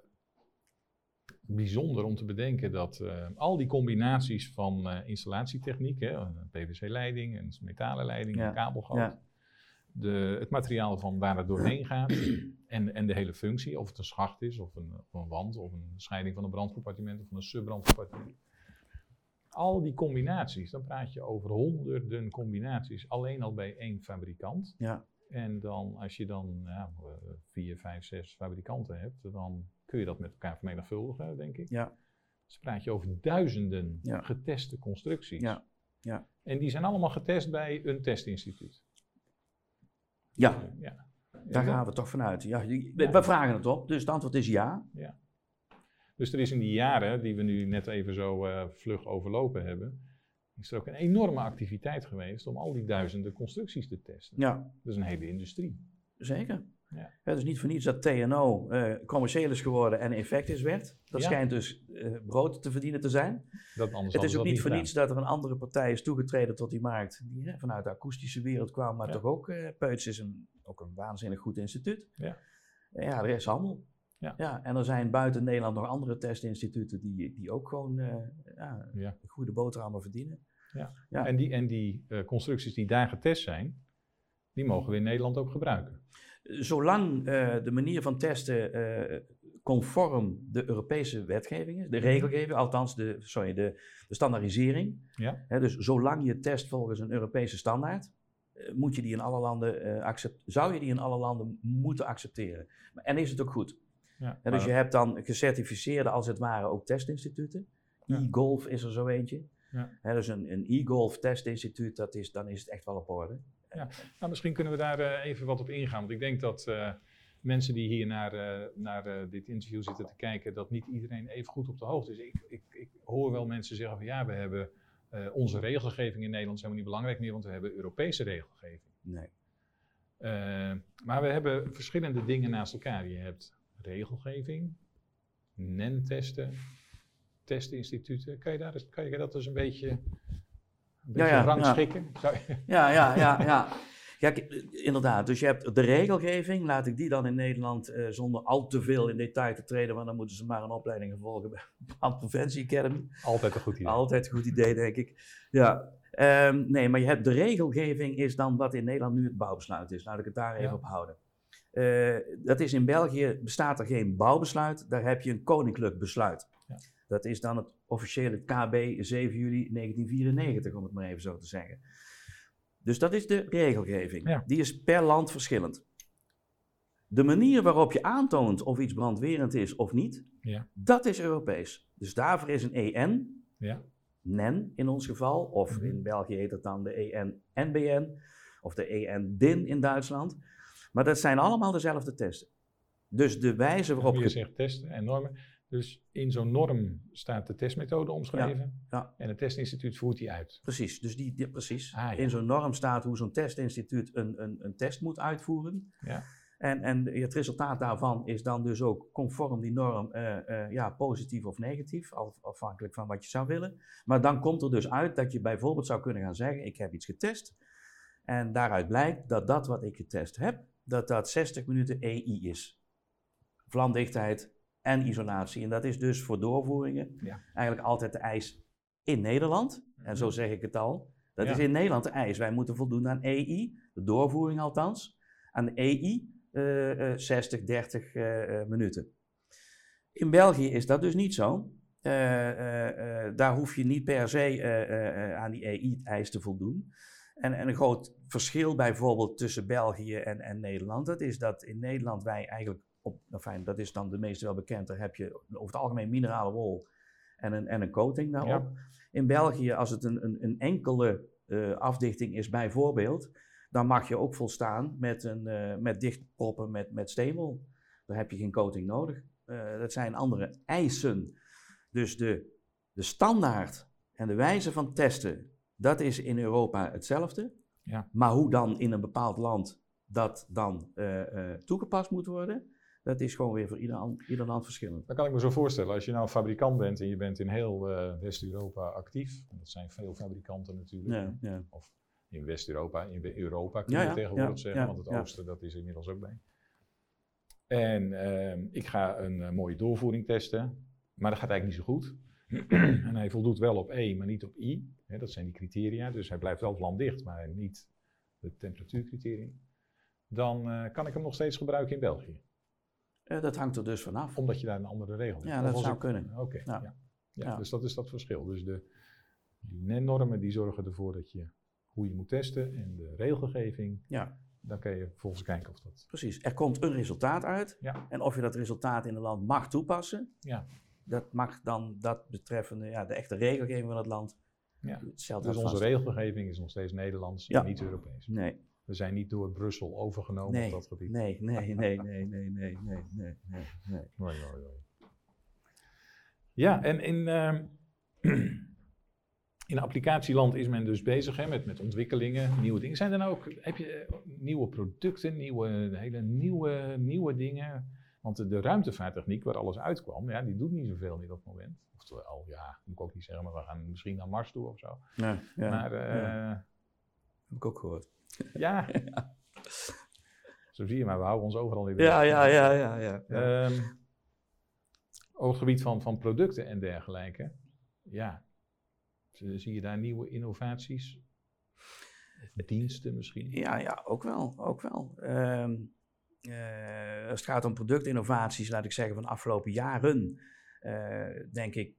bijzonder om te bedenken dat al die combinaties van installatietechniek, een PVC-leiding, een metalen leiding, een kabelgoot, het materiaal van waar het doorheen gaat en de hele functie, of het een schacht is, of een wand, of een scheiding van een brandcompartiment, of een subbrandcompartiment. Al die combinaties, dan praat je over honderden combinaties, alleen al bij één fabrikant. Ja. En dan, als je dan 4, 5, 6 fabrikanten hebt, dan kun je dat met elkaar vermenigvuldigen, denk ik. Ja. Dus praat je over duizenden geteste constructies. Ja. Ja. En die zijn allemaal getest bij een testinstituut. Ja. Daar gaan we toch vanuit. Ja, we vragen het op, dus het antwoord is ja. Dus er is in die jaren, die we nu net even zo vlug overlopen hebben, is er ook een enorme activiteit geweest om al die duizenden constructies te testen. Ja. Dat is een hele industrie. Zeker. Ja. Het is niet voor niets dat TNO commercieel is geworden en Effectis werd. Dat schijnt dus brood te verdienen te zijn. Het is ook niet voor niets dat er een andere partij is toegetreden tot die markt, die vanuit de akoestische wereld kwam, maar toch ook, Peuts is ook een waanzinnig goed instituut. Ja, er is handel. Ja, en er zijn buiten Nederland nog andere testinstituten die ook gewoon goede boterhammen verdienen. Ja. En die constructies die daar getest zijn, die mogen we in Nederland ook gebruiken. Zolang de manier van testen conform de Europese wetgeving is, de regelgeving, althans de standaardisering. Ja. Dus zolang je test volgens een Europese standaard, moet je die in alle landen zou je die in alle landen moeten accepteren. En is het ook goed. Ja, dus je hebt dan gecertificeerde, als het ware, ook testinstituten. E-Golf is er zo eentje. Ja. Dus een e-Golf testinstituut, dan is het echt wel op orde. Ja. Nou, misschien kunnen we daar even wat op ingaan. Want ik denk dat mensen die hier naar dit interview zitten te kijken, dat niet iedereen even goed op de hoogte is. Ik hoor wel mensen zeggen van ja, we hebben onze regelgeving in Nederland zijn we niet belangrijk meer, want we hebben Europese regelgeving. Nee. Maar we hebben verschillende dingen naast elkaar. Je hebt regelgeving, NEN-testen, testinstituten. Kan je dat dus een beetje rangschikken? Ja, inderdaad. Dus je hebt de regelgeving. Laat ik die dan in Nederland zonder al te veel in detail te treden, want dan moeten ze maar een opleiding volgen bij Brandpreventie Academy. Altijd een goed idee. Altijd een goed idee, denk ik. Ja. Nee, maar je hebt de regelgeving is dan wat in Nederland nu het bouwbesluit is. Laat ik het daar even op houden. Dat is in België, bestaat er geen bouwbesluit, daar heb je een koninklijk besluit. Ja. Dat is dan het officiële KB 7 juli 1994, om het maar even zo te zeggen. Dus dat is de regelgeving. Ja. Die is per land verschillend. De manier waarop je aantoont of iets brandwerend is of niet, dat is Europees. Dus daarvoor is een EN, NEN in ons geval, of in België heet het dan de EN-NBN, of de EN-DIN in Duitsland. Maar dat zijn allemaal dezelfde testen. Dus de wijze waarop je zegt testen en normen. Dus in zo'n norm staat de testmethode omschreven en het testinstituut voert die uit. Precies, dus precies. In zo'n norm staat hoe zo'n testinstituut een test moet uitvoeren. Ja. En het resultaat daarvan is dan dus ook conform die norm positief of negatief, afhankelijk van wat je zou willen. Maar dan komt er dus uit dat je bijvoorbeeld zou kunnen gaan zeggen, ik heb iets getest. En daaruit blijkt dat wat ik getest heb, dat 60 minuten EI is. Vlamdichtheid en isolatie. En dat is dus voor doorvoeringen eigenlijk altijd de eis in Nederland. En zo zeg ik het al. Dat is in Nederland de eis. Wij moeten voldoen aan EI, de doorvoering althans. Aan EI 60, 30 minuten. In België is dat dus niet zo. Daar hoef je niet per se aan die EI-eis te voldoen. En een groot verschil bijvoorbeeld tussen België en Nederland, dat is dat in Nederland wij eigenlijk, dat is dan de meeste wel bekend, daar heb je over het algemeen minerale wol en een coating daarop. Ja. In België, als het een enkele afdichting is bijvoorbeeld, dan mag je ook volstaan met dichtproppen met steenwol. Daar heb je geen coating nodig. Dat zijn andere eisen. Dus de standaard en de wijze van testen, dat is in Europa hetzelfde. Ja. Maar hoe dan in een bepaald land dat dan toegepast moet worden, dat is gewoon weer voor ieder land verschillend. Dat kan ik me zo voorstellen. Als je nou een fabrikant bent en je bent in heel West-Europa actief, en dat zijn veel fabrikanten natuurlijk, of in West-Europa, in Europa kun je tegenwoordig zeggen, want het oosten dat is inmiddels ook bij. En ik ga een mooie doorvoering testen, maar dat gaat eigenlijk niet zo goed. En hij voldoet wel op E, maar niet op I. Dat zijn die criteria, dus hij blijft wel vlamdicht, maar niet de temperatuurcriteria. Dan kan ik hem nog steeds gebruiken in België. Dat hangt er dus vanaf. Omdat je daar een andere regel hebt. Ja, dat zou kunnen. Oké, ja. Dus dat is dat verschil. Dus de NEN-normen die zorgen ervoor dat je hoe je moet testen en de regelgeving, dan kun je vervolgens kijken of dat... Precies, er komt een resultaat uit en of je dat resultaat in een land mag toepassen, dat mag dan dat betreffende, de echte regelgeving van het land. Ja. Dus onze regelgeving is nog steeds Nederlands en niet Europees. Nee. We zijn niet door Brussel overgenomen op dat gebied. Nee. Ja, en in een applicatieland is men dus bezig met ontwikkelingen, nieuwe dingen. Zijn er nou ook, heb je nieuwe producten, hele nieuwe dingen? Want de ruimtevaarttechniek waar alles uitkwam, die doet niet zoveel op dat moment. Oftewel, moet ik ook niet zeggen, maar we gaan misschien naar Mars toe of zo. Maar, heb ik ook gehoord. Ja. Zo zie je maar, we houden ons overal in de op het gebied van producten en dergelijke, zie je daar nieuwe innovaties? Diensten misschien? Ja, ook wel. Als het gaat om productinnovaties, laat ik zeggen van de afgelopen jaren, denk ik,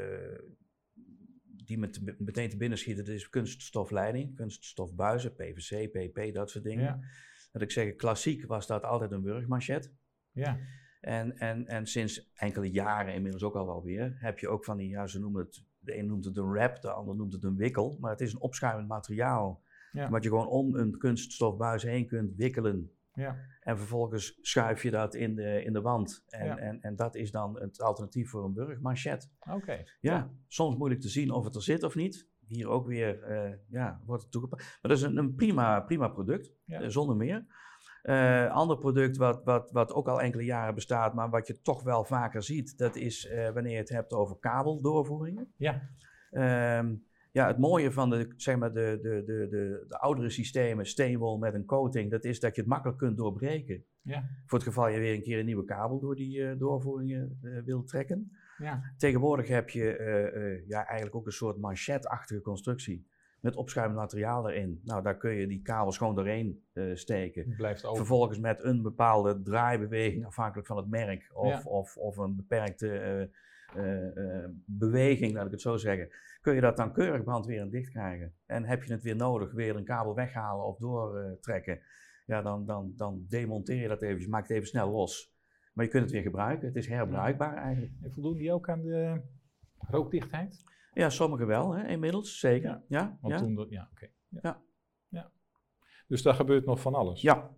die meteen te binnen schieten, dat is kunststofleiding, kunststofbuizen, PVC, PP, dat soort dingen. Ja. Dat ik zeg, klassiek was dat altijd een wurgmanchet. Ja. En sinds enkele jaren, inmiddels ook al wel weer, heb je ook van die, ze noemen het, de een noemt het een wrap, de ander noemt het een wikkel, maar het is een opschuimend materiaal, wat je gewoon om een kunststofbuis heen kunt wikkelen. Ja. En vervolgens schuif je dat in de wand. En dat is dan het alternatief voor een wurgmanchet. Oké. Ja, soms moeilijk te zien of het er zit of niet. Hier ook weer wordt het toegepast. Maar dat is een prima product, zonder meer. Ander product wat ook al enkele jaren bestaat, maar wat je toch wel vaker ziet, dat is wanneer je het hebt over kabeldoorvoeringen. Ja. Het mooie van de oudere systemen, steenwol met een coating, dat is dat je het makkelijk kunt doorbreken. Ja. Voor het geval je weer een keer een nieuwe kabel door die doorvoeringen wilt trekken. Ja. Tegenwoordig heb je eigenlijk ook een soort manchetachtige constructie met opschuimend materiaal erin. Nou, daar kun je die kabels gewoon doorheen steken. Blijft open. Vervolgens met een bepaalde draaibeweging, afhankelijk van het merk, of een beperkte beweging, laat ik het zo zeggen, kun je dat dan keurig brandweerend dicht krijgen. En heb je het weer nodig, weer een kabel weghalen of doortrekken, dan demonteer je dat even, maak het even snel los. Maar je kunt het weer gebruiken, het is herbruikbaar eigenlijk. En voldoen die ook aan de rookdichtheid? Ja, sommige wel, inmiddels, zeker. Ja. Oké. Dus daar gebeurt nog van alles? Ja.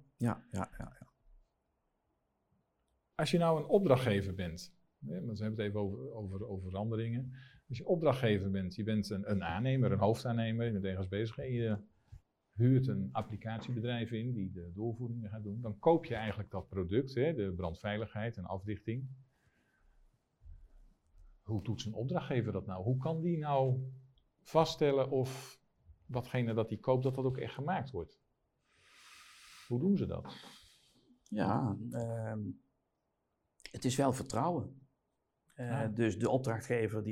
Als je nou een opdrachtgever bent, want we hebben het even over veranderingen. Als je opdrachtgever bent, je bent een aannemer, een hoofdaannemer, je bent ergens bezig en je huurt een applicatiebedrijf in die de doorvoeringen gaat doen. Dan koop je eigenlijk dat product, hè, de brandveiligheid en afdichting. Hoe doet zijn opdrachtgever dat nou? Hoe kan die nou vaststellen of watgene dat hij koopt, dat ook echt gemaakt wordt? Hoe doen ze dat? Ja, het is wel vertrouwen. Dus de opdrachtgever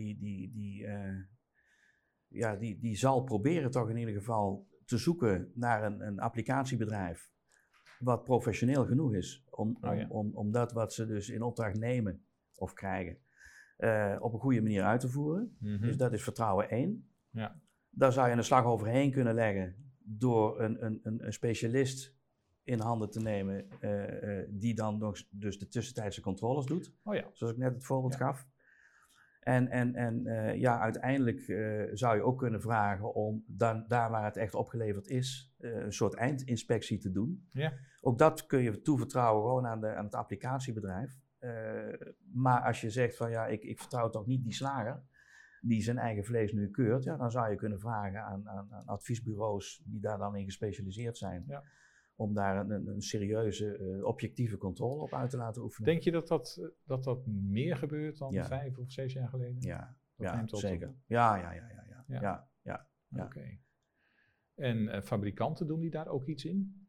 die zal proberen toch in ieder geval te zoeken naar een applicatiebedrijf wat professioneel genoeg is om dat wat ze dus in opdracht nemen of krijgen op een goede manier uit te voeren. Mm-hmm. Dus dat is vertrouwen 1. Ja. Daar zou je een slag overheen kunnen leggen door een specialist in handen te nemen die dan nog dus de tussentijdse controles doet. Zoals ik net het voorbeeld gaf. En uiteindelijk zou je ook kunnen vragen om daar waar het echt opgeleverd is, een soort eindinspectie te doen. Ja. Ook dat kun je toevertrouwen gewoon aan het applicatiebedrijf. Maar als je zegt van ik vertrouw toch niet die slager die zijn eigen vlees nu keurt, dan zou je kunnen vragen aan adviesbureaus die daar dan in gespecialiseerd zijn. Ja. Om daar een serieuze, objectieve controle op uit te laten oefenen. Denk je dat meer gebeurt dan 5 of 6 jaar geleden? Ja, zeker. Ja. Oké. En fabrikanten, doen die daar ook iets in?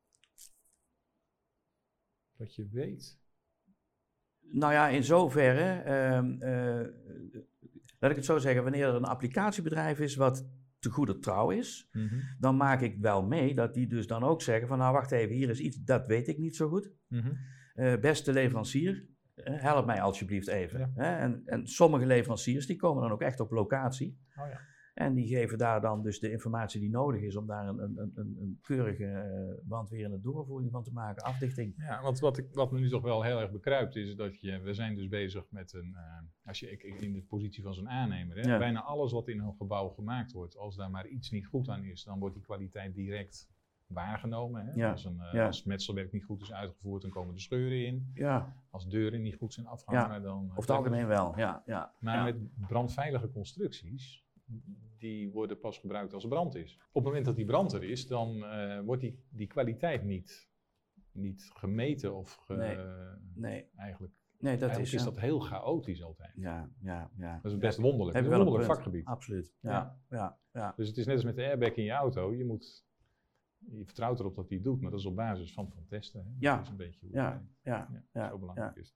Dat je weet? Nou ja, in zoverre, laat ik het zo zeggen, wanneer er een applicatiebedrijf is wat te goede trouw is, mm-hmm. dan maak ik wel mee dat die dus dan ook zeggen van nou wacht even, hier is iets, dat weet ik niet zo goed. Mm-hmm. Beste leverancier, help mij alsjeblieft even. Ja. En sommige leveranciers die komen dan ook echt op locatie. En die geven daar dan dus de informatie die nodig is om daar een keurige brandwerende doorvoering van te maken, afdichting. Ja, want wat me nu toch wel heel erg bekruipt is dat we zijn dus bezig met als je in de positie van zo'n aannemer, hè, bijna alles wat in een gebouw gemaakt wordt, als daar maar iets niet goed aan is, dan wordt die kwaliteit direct waargenomen. Hè? Ja. Als metselwerk niet goed is uitgevoerd, dan komen de scheuren in. Ja. Als deuren niet goed zijn afgehangen, dan... Over het algemeen wel, Maar met brandveilige constructies, die worden pas gebruikt als er brand is. Op het moment dat die brand er is, dan wordt die kwaliteit niet gemeten of eigenlijk... Nee, eigenlijk is dat heel chaotisch altijd. Ja. Dat is best wonderlijk. Het is een wonderlijk vakgebied. Absoluut. Ja. Dus het is net als met de airbag in je auto. Je vertrouwt erop dat hij het doet, maar dat is op basis van testen. Hè? Ja. Dat is een beetje hoe zo belangrijk is.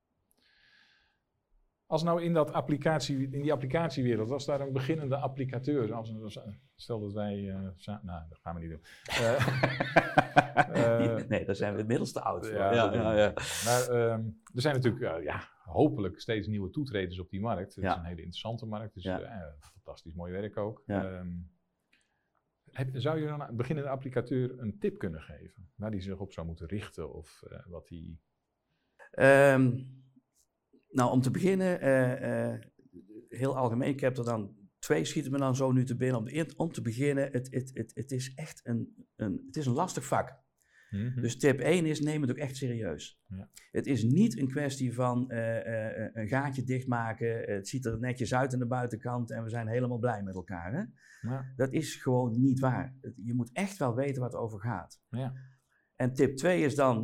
Als nou in die applicatiewereld, als daar een beginnende applicateur, stel dat wij, dat gaan we niet doen. Nee, daar zijn we inmiddels te oud voor. Maar er zijn natuurlijk hopelijk steeds nieuwe toetreders op die markt. Het is een hele interessante markt, dus fantastisch mooi werk ook. Ja. Zou je dan een beginnende applicateur een tip kunnen geven, waar die zich op zou moeten richten of wat hij... Nou, om te beginnen, heel algemeen, ik heb er dan 2 schieten me dan zo nu te binnen. Om te beginnen, het is echt het is een lastig vak. Mm-hmm. Dus tip 1 is, neem het ook echt serieus. Ja. Het is niet een kwestie van een gaatje dichtmaken, het ziet er netjes uit aan de buitenkant en we zijn helemaal blij met elkaar. Hè? Ja. Dat is gewoon niet waar. Je moet echt wel weten waar het over gaat. Ja. En tip 2 is dan,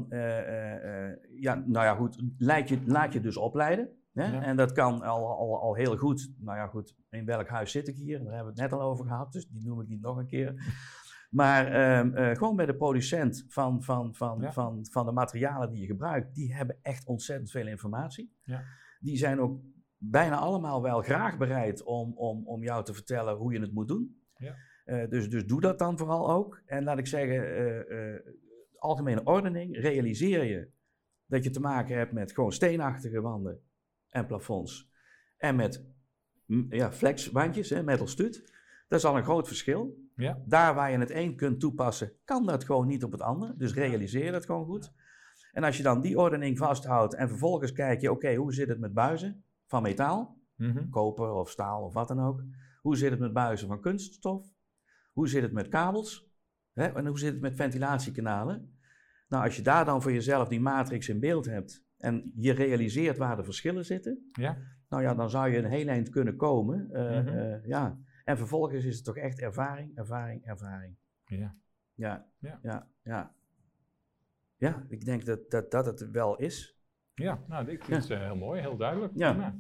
laat je dus opleiden. Hè? Ja. En dat kan al heel goed. Nou ja, goed, in welk huis zit ik hier? Daar hebben we het net al over gehad, dus die noem ik niet nog een keer. Maar gewoon bij de producent van de materialen die je gebruikt, die hebben echt ontzettend veel informatie. Ja. Die zijn ook bijna allemaal wel graag bereid om jou te vertellen hoe je het moet doen. Ja. Dus doe dat dan vooral ook. En laat ik zeggen... algemene ordening, realiseer je dat je te maken hebt met gewoon steenachtige wanden en plafonds. En met flexwandjes, metal stud. Dat is al een groot verschil. Ja. Daar waar je het een kunt toepassen, kan dat gewoon niet op het ander. Dus realiseer dat gewoon goed. En als je dan die ordening vasthoudt en vervolgens kijk je, oké, hoe zit het met buizen van metaal? Mm-hmm. Koper of staal of wat dan ook. Hoe zit het met buizen van kunststof? Hoe zit het met kabels? En hoe zit het met ventilatiekanalen? Nou, als je daar dan voor jezelf die matrix in beeld hebt en je realiseert waar de verschillen zitten, dan zou je een heel eind kunnen komen. En vervolgens is het toch echt ervaring. Ja, ik denk dat het wel is. Ja, nou, ik vind het heel mooi, heel duidelijk. Ja.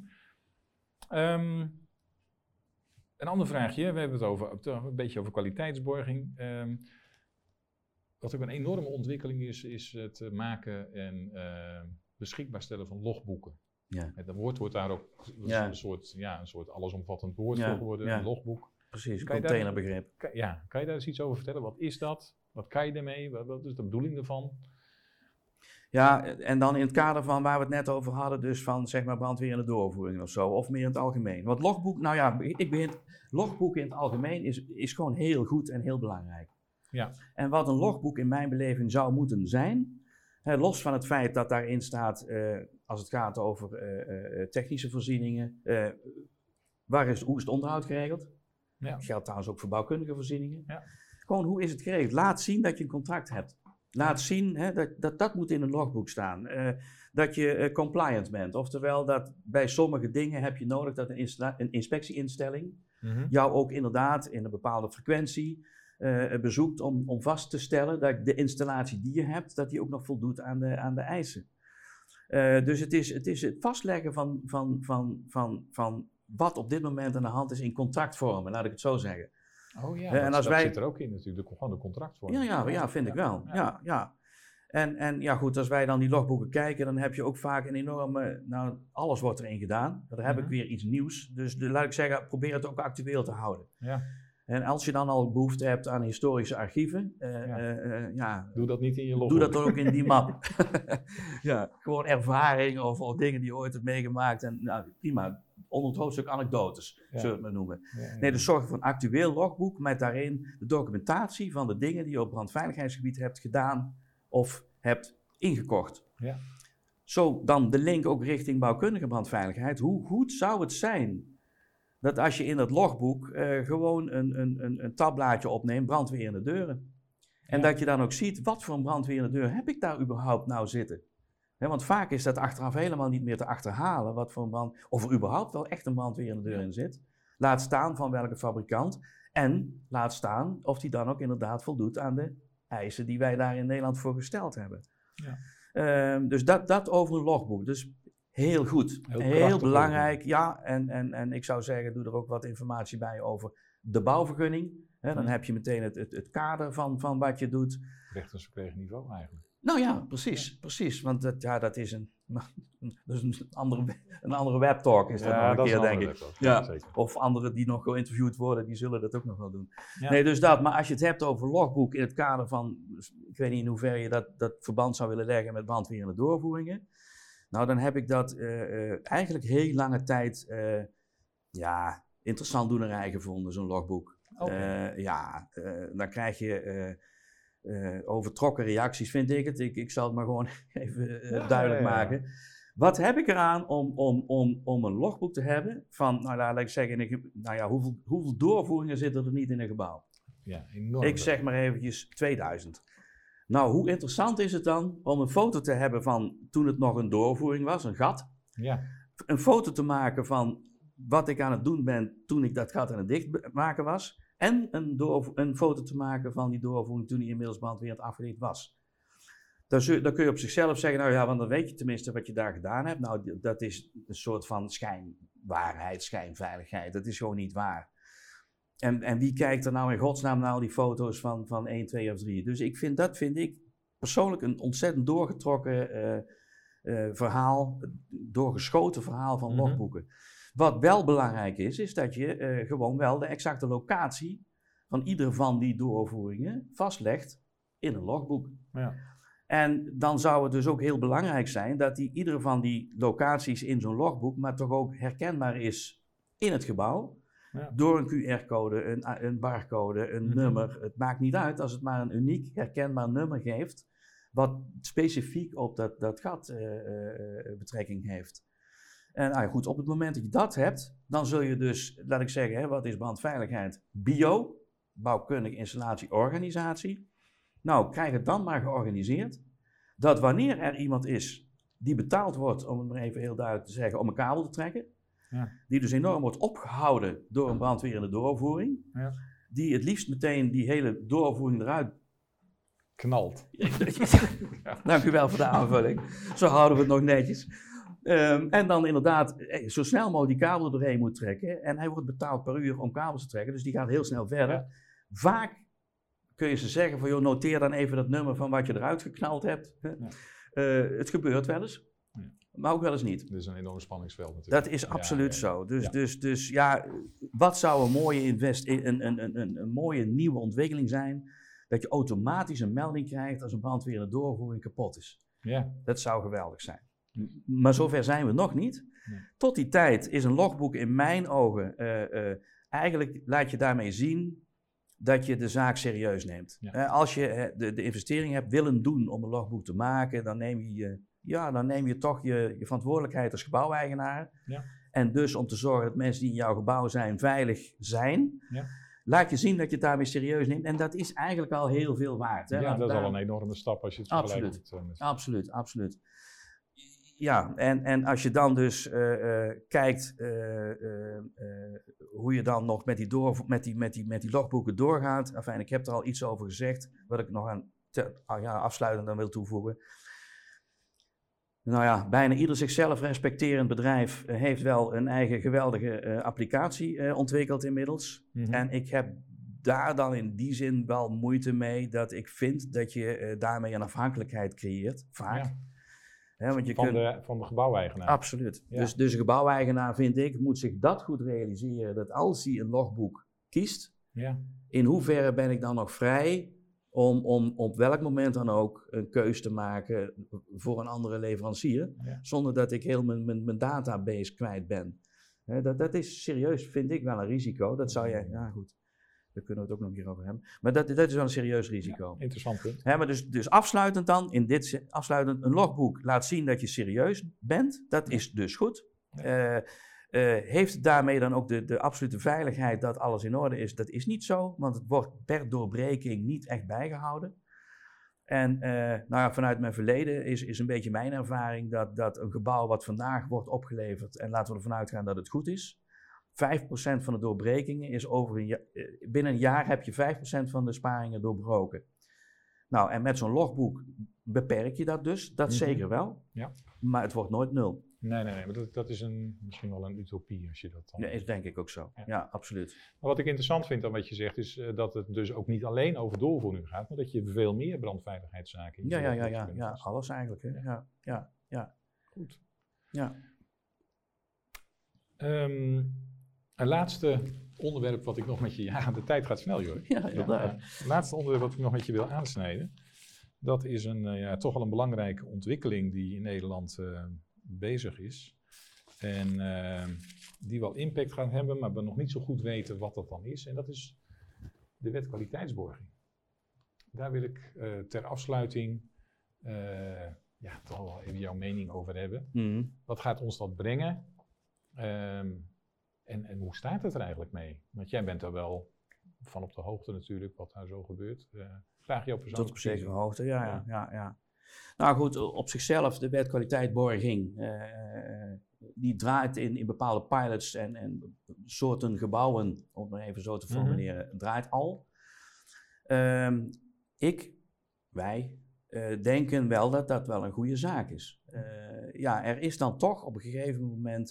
Een ander vraagje, we hebben het een beetje over kwaliteitsborging. Wat ook een enorme ontwikkeling is het maken en beschikbaar stellen van logboeken. Ja. Het woord wordt daar ook een soort allesomvattend woord voor geworden, een logboek. Precies, een containerbegrip. Kan je daar eens iets over vertellen? Wat is dat? Wat kan je ermee? Wat is de bedoeling ervan? Ja, en dan in het kader van waar we het net over hadden, dus van zeg maar brandweer in de doorvoering of zo, of meer in het algemeen. Want logboek, logboeken in het algemeen is gewoon heel goed en heel belangrijk. Ja. En wat een logboek in mijn beleving zou moeten zijn, los van het feit dat daarin staat, als het gaat over technische voorzieningen, hoe is het onderhoud geregeld? Ja. Dat geldt trouwens ook voor bouwkundige voorzieningen. Ja. Gewoon, hoe is het geregeld? Laat zien dat je een contract hebt. Laat zien, dat moet in een logboek staan. Dat je compliant bent. Oftewel, dat bij sommige dingen heb je nodig dat een inspectieinstelling jou ook inderdaad in een bepaalde frequentie bezoekt om vast te stellen dat de installatie die je hebt, dat die ook nog voldoet aan de eisen. Dus het is het vastleggen van wat op dit moment aan de hand is in contractvormen, laat ik het zo zeggen. Oh ja, dat zit er ook in natuurlijk, gewoon de contractvorm. Ja, vind ik wel. Ja. En ja goed, als wij dan die logboeken kijken, dan heb je ook vaak een enorme, alles wordt erin gedaan. Dan heb ik weer iets nieuws. Dus laat ik zeggen, probeer het ook actueel te houden. Ja. En als je dan al behoefte hebt aan historische archieven, doe dat niet in je logboek. Doe dat dan ook in die map. Gewoon ervaring of dingen die je ooit hebt meegemaakt. En prima, onder het hoofdstuk anekdotes, zullen we het maar noemen. Nee, dus zorg voor een actueel logboek met daarin de documentatie van de dingen die je op brandveiligheidsgebied hebt gedaan of hebt ingekocht. Ja. Zo dan de link ook richting bouwkundige brandveiligheid. Hoe goed zou het zijn dat als je in dat logboek gewoon een tabblaadje opneemt, brandweer in de deuren. En dat je dan ook ziet, wat voor een brandweer in de deur heb ik daar überhaupt nou zitten? Want vaak is dat achteraf helemaal niet meer te achterhalen wat voor een of er überhaupt wel echt een brandweer in de deur in zit. Laat staan van welke fabrikant en laat staan of die dan ook inderdaad voldoet aan de eisen die wij daar in Nederland voor gesteld hebben. Ja. Dus dat over een logboek. Dus heel goed, heel belangrijk. Ja, en ik zou zeggen, doe er ook wat informatie bij over de bouwvergunning. Dan heb je meteen het kader van wat je doet. Rechtersverkregen niveau eigenlijk. Nou ja, precies. Want dat is een andere webtalk is dat nog een keer, denk ik. Ja, of anderen die nog geïnterviewd worden, die zullen dat ook nog wel doen. Ja. Nee, dus dat. Maar als je het hebt over logboek in het kader van, ik weet niet in hoeverre je dat verband zou willen leggen met brandweer en de doorvoeringen. Nou, dan heb ik dat eigenlijk heel lange tijd interessant doenerij gevonden, zo'n logboek. Okay. Dan krijg je overtrokken reacties, vind ik het. Ik zal het maar gewoon even duidelijk maken. Wat heb ik eraan om een logboek te hebben van, laat ik zeggen, hoeveel doorvoeringen zitten er niet in een gebouw? Ja, enorm. Ik zeg maar eventjes 2000. Nou, hoe interessant is het dan om een foto te hebben van toen het nog een doorvoering was, een gat. Ja. Een foto te maken van wat ik aan het doen ben toen ik dat gat aan het dichtmaken was. En een foto te maken van die doorvoering toen die inmiddels brandweer aan het afgediend was. Dan kun je op zichzelf zeggen, want dan weet je tenminste wat je daar gedaan hebt. Nou, dat is een soort van schijnwaarheid, schijnveiligheid. Dat is gewoon niet waar. En wie kijkt er nou in godsnaam naar al die foto's van 1, 2 of 3? Dus dat vind ik persoonlijk een ontzettend doorgetrokken verhaal, doorgeschoten verhaal van logboeken. Wat wel belangrijk is dat je gewoon wel de exacte locatie van ieder van die doorvoeringen vastlegt in een logboek. Ja. En dan zou het dus ook heel belangrijk zijn dat iedere van die locaties in zo'n logboek, maar toch ook herkenbaar is in het gebouw. Ja. Door een QR-code, een barcode, een nummer. Het maakt niet uit als het maar een uniek herkenbaar nummer geeft, wat specifiek op dat gat betrekking heeft. En goed, op het moment dat je dat hebt, dan zul je dus, laat ik zeggen, wat is brandveiligheid? Bouwkundige installatie, organisatie. Nou, krijg het dan maar georganiseerd, dat wanneer er iemand is die betaald wordt, om het maar even heel duidelijk te zeggen, om een kabel te trekken, die dus enorm wordt opgehouden door een brandweer in de doorvoering, die het liefst meteen die hele doorvoering eruit knalt. Dank u wel voor de aanvulling. Zo houden we het nog netjes. En dan inderdaad zo snel mogelijk die kabel er doorheen moet trekken. En hij wordt betaald per uur om kabels te trekken, dus die gaat heel snel verder. Ja. Vaak kun je ze zeggen van, joh, noteer dan even dat nummer van wat je eruit geknald hebt. Ja. Het gebeurt wel eens, maar ook wel eens niet. Dat is een enorm spanningsveld natuurlijk. Dat is absoluut zo. Dus wat zou een mooie, een mooie nieuwe ontwikkeling zijn, dat je automatisch een melding krijgt als een brandweer in de doorvoering kapot is. Ja. Dat zou geweldig zijn. Maar zover zijn we nog niet. Nee. Tot die tijd is een logboek in mijn ogen, eigenlijk laat je daarmee zien dat je de zaak serieus neemt. Ja. Als je de investering hebt willen doen om een logboek te maken, dan neem je toch je verantwoordelijkheid als gebouweigenaar. Ja. En dus om te zorgen dat mensen die in jouw gebouw zijn, veilig zijn. Ja. Laat je zien dat je het daarmee serieus neemt. En dat is eigenlijk al heel veel waard. Hè? Ja, dat is al een enorme stap als je het vergelijkt. Absoluut. Ja, en als je dan dus kijkt hoe je dan nog met die logboeken doorgaat. Enfin, ik heb er al iets over gezegd, wat ik nog afsluitend dan wil toevoegen. Nou ja, bijna ieder zichzelf respecterend bedrijf heeft wel een eigen geweldige applicatie ontwikkeld inmiddels. Mm-hmm. En ik heb daar dan in die zin wel moeite mee dat ik vind dat je daarmee een afhankelijkheid creëert, vaak. Ja. He, want van de gebouweigenaar. Absoluut. Ja. Dus een gebouweigenaar, vind ik, moet zich dat goed realiseren, dat als hij een logboek kiest, in hoeverre ben ik dan nog vrij om op welk moment dan ook een keus te maken voor een andere leverancier, zonder dat ik heel mijn database kwijt ben. Dat is serieus, vind ik, wel een risico. Dat zou je, goed, daar kunnen we het ook nog een keer over hebben. Maar dat is wel een serieus risico. Ja, interessant punt. Maar dus afsluitend dan, een logboek laat zien dat je serieus bent. Dat is dus goed. Ja. Heeft daarmee dan ook de absolute veiligheid dat alles in orde is? Dat is niet zo, want het wordt per doorbreking niet echt bijgehouden. En vanuit mijn verleden is een beetje mijn ervaring dat een gebouw wat vandaag wordt opgeleverd, en laten we ervan uitgaan dat het goed is, 5% van de doorbrekingen is binnen een jaar heb je 5% van de sparingen doorbroken. Nou, en met zo'n logboek beperk je dat dus, dat zeker wel, maar het wordt nooit 0. Nee, maar dat is misschien wel een utopie als je dat dan... Nee, is denk ik ook zo. Ja, absoluut. Maar wat ik interessant vind aan wat je zegt is dat het dus ook niet alleen over doorvoering gaat, maar dat je veel meer brandveiligheidszaken in Ja, alles eigenlijk. Hè? Ja. Goed. Ja. Een laatste onderwerp wat ik nog met je... Ja, de tijd gaat snel, joh. Ja, inderdaad. Het laatste onderwerp wat ik nog met je wil aansnijden, dat is toch wel een belangrijke ontwikkeling die in Nederland bezig is. En die wel impact gaan hebben, maar we nog niet zo goed weten wat dat dan is. En dat is de wet kwaliteitsborging. Daar wil ik ter afsluiting toch wel even jouw mening over hebben. Mm-hmm. Wat gaat ons dat brengen? En hoe staat het er eigenlijk mee? Want jij bent er wel van op de hoogte natuurlijk, wat daar zo gebeurt. Vraag je op persoonlijke tot op zekere hoogte, ja. Nou goed, op zichzelf, de wet kwaliteitsborging, die draait in bepaalde pilots en soorten gebouwen, om het maar even zo te formuleren, draait al. Wij denken wel dat dat wel een goede zaak is. Er is dan toch op een gegeven moment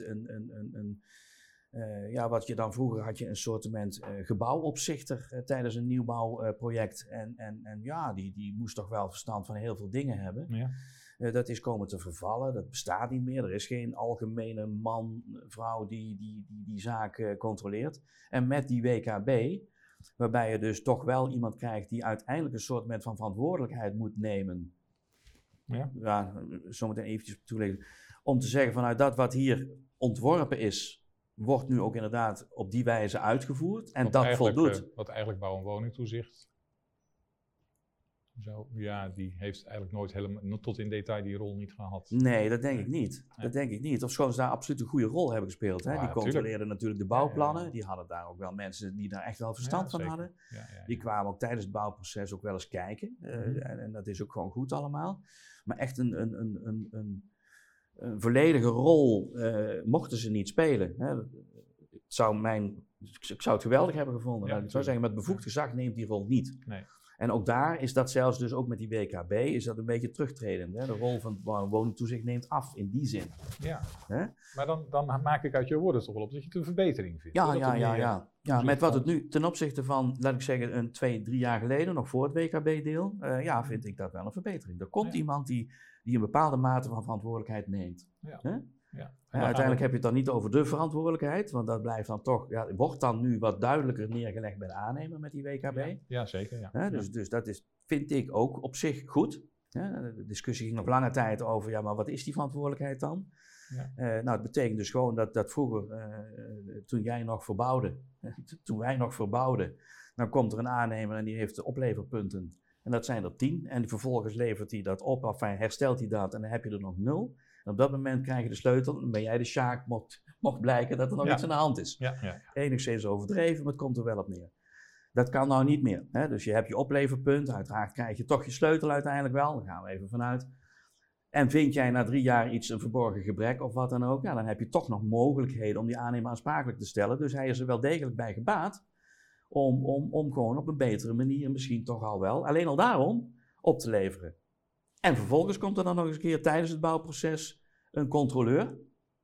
wat je dan vroeger had je een soortement gebouwopzichter tijdens een nieuwbouwproject. Die moest toch wel verstand van heel veel dingen hebben. Ja. Dat is komen te vervallen, dat bestaat niet meer. Er is geen algemene man, vrouw die zaak controleert. En met die WKB, waarbij je dus toch wel iemand krijgt die uiteindelijk een soort van verantwoordelijkheid moet nemen. Ja, zometeen eventjes toelichten. Om te zeggen vanuit dat wat hier ontworpen is, wordt nu ook inderdaad op die wijze uitgevoerd en dat voldoet. Wat eigenlijk bouw- en woningtoezicht, die heeft eigenlijk nooit helemaal tot in detail die rol niet gehad. Nee, dat denk ik niet. Nee. Dat denk ik niet. Ofschoon ze daar absoluut een goede rol hebben gespeeld. Hè? Die controleerden natuurlijk de bouwplannen. Ja. Die hadden daar ook wel mensen die daar echt wel verstand van hadden. Ja. Die kwamen ook tijdens het bouwproces ook wel eens kijken. En dat is ook gewoon goed allemaal. Maar echt een volledige rol mochten ze niet spelen. Hè. Ik zou het geweldig hebben gevonden. Ik zou zeggen, met bevoegd gezag neemt die rol niet. Nee. En ook daar is dat zelfs dus ook met die WKB, is dat een beetje terugtredend. Hè? De rol van woningtoezicht neemt af in die zin. Ja, maar dan maak ik uit je woorden toch wel op dat je het een verbetering vindt. Ja, met wat het nu ten opzichte van, laat ik zeggen, 2-3 jaar geleden, nog voor het WKB-deel, vind ik dat wel een verbetering. Er komt iemand die een bepaalde mate van verantwoordelijkheid neemt. Uiteindelijk heb je het dan niet over de verantwoordelijkheid, want dat blijft dan toch, wordt dan nu wat duidelijker neergelegd bij de aannemer met die WKB. Ja, zeker. Ja. Dus dat is, vind ik ook op zich goed. De discussie ging nog lange tijd over, maar wat is die verantwoordelijkheid dan? Het betekent dus gewoon dat vroeger, toen wij nog verbouwden, dan komt er een aannemer en die heeft de opleverpunten. En dat zijn er 10. En vervolgens levert hij dat op, herstelt hij dat en dan heb je er nog 0. En op dat moment krijg je de sleutel en dan ben jij de sjaak, mocht blijken dat er nog iets aan de hand is. Enigszins overdreven, maar het komt er wel op neer. Dat kan nou niet meer. Hè? Dus je hebt je opleverpunt, uiteraard krijg je toch je sleutel uiteindelijk wel, daar gaan we even vanuit. En vind jij na 3 jaar een verborgen gebrek of wat dan ook, dan heb je toch nog mogelijkheden om die aannemer aansprakelijk te stellen. Dus hij is er wel degelijk bij gebaat om gewoon op een betere manier, misschien toch al wel, alleen al daarom, op te leveren. En vervolgens komt er dan nog eens een keer tijdens het bouwproces een controleur,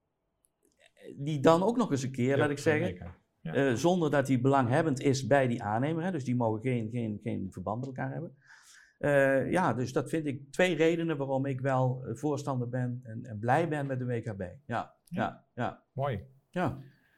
die dan ook nog eens een keer, laat ik zeggen, zonder dat hij belanghebbend is bij die aannemer, dus die mogen geen verband met elkaar hebben. Dus dat vind ik 2 redenen waarom ik wel voorstander ben en blij ben met de WKB. Ja. Mooi. Ja.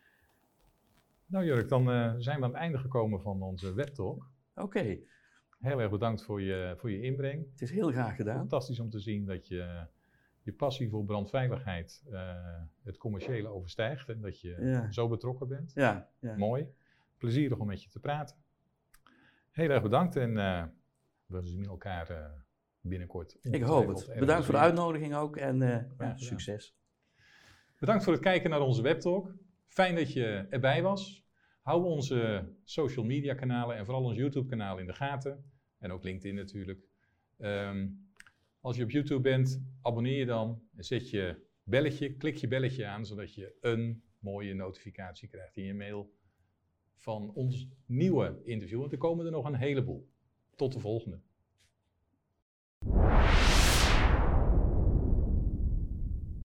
Nou Jurk, dan zijn we aan het einde gekomen van onze webtalk. Oké. Heel erg bedankt voor je inbreng. Het is heel graag gedaan. Fantastisch om te zien dat je passie voor brandveiligheid het commerciële overstijgt en dat je zo betrokken bent. Ja. Mooi. Plezierig om met je te praten. Heel erg bedankt en we zien elkaar binnenkort. Ik hoop het. Bedankt voor de uitnodiging ook en succes. Bedankt voor het kijken naar onze webtalk. Fijn dat je erbij was. Hou onze social media kanalen en vooral ons YouTube kanaal in de gaten. En ook LinkedIn natuurlijk. Als je op YouTube bent, abonneer je dan en klik je belletje aan, zodat je een mooie notificatie krijgt in je mail van ons nieuwe interview. Want er komen er nog een heleboel. Tot de volgende.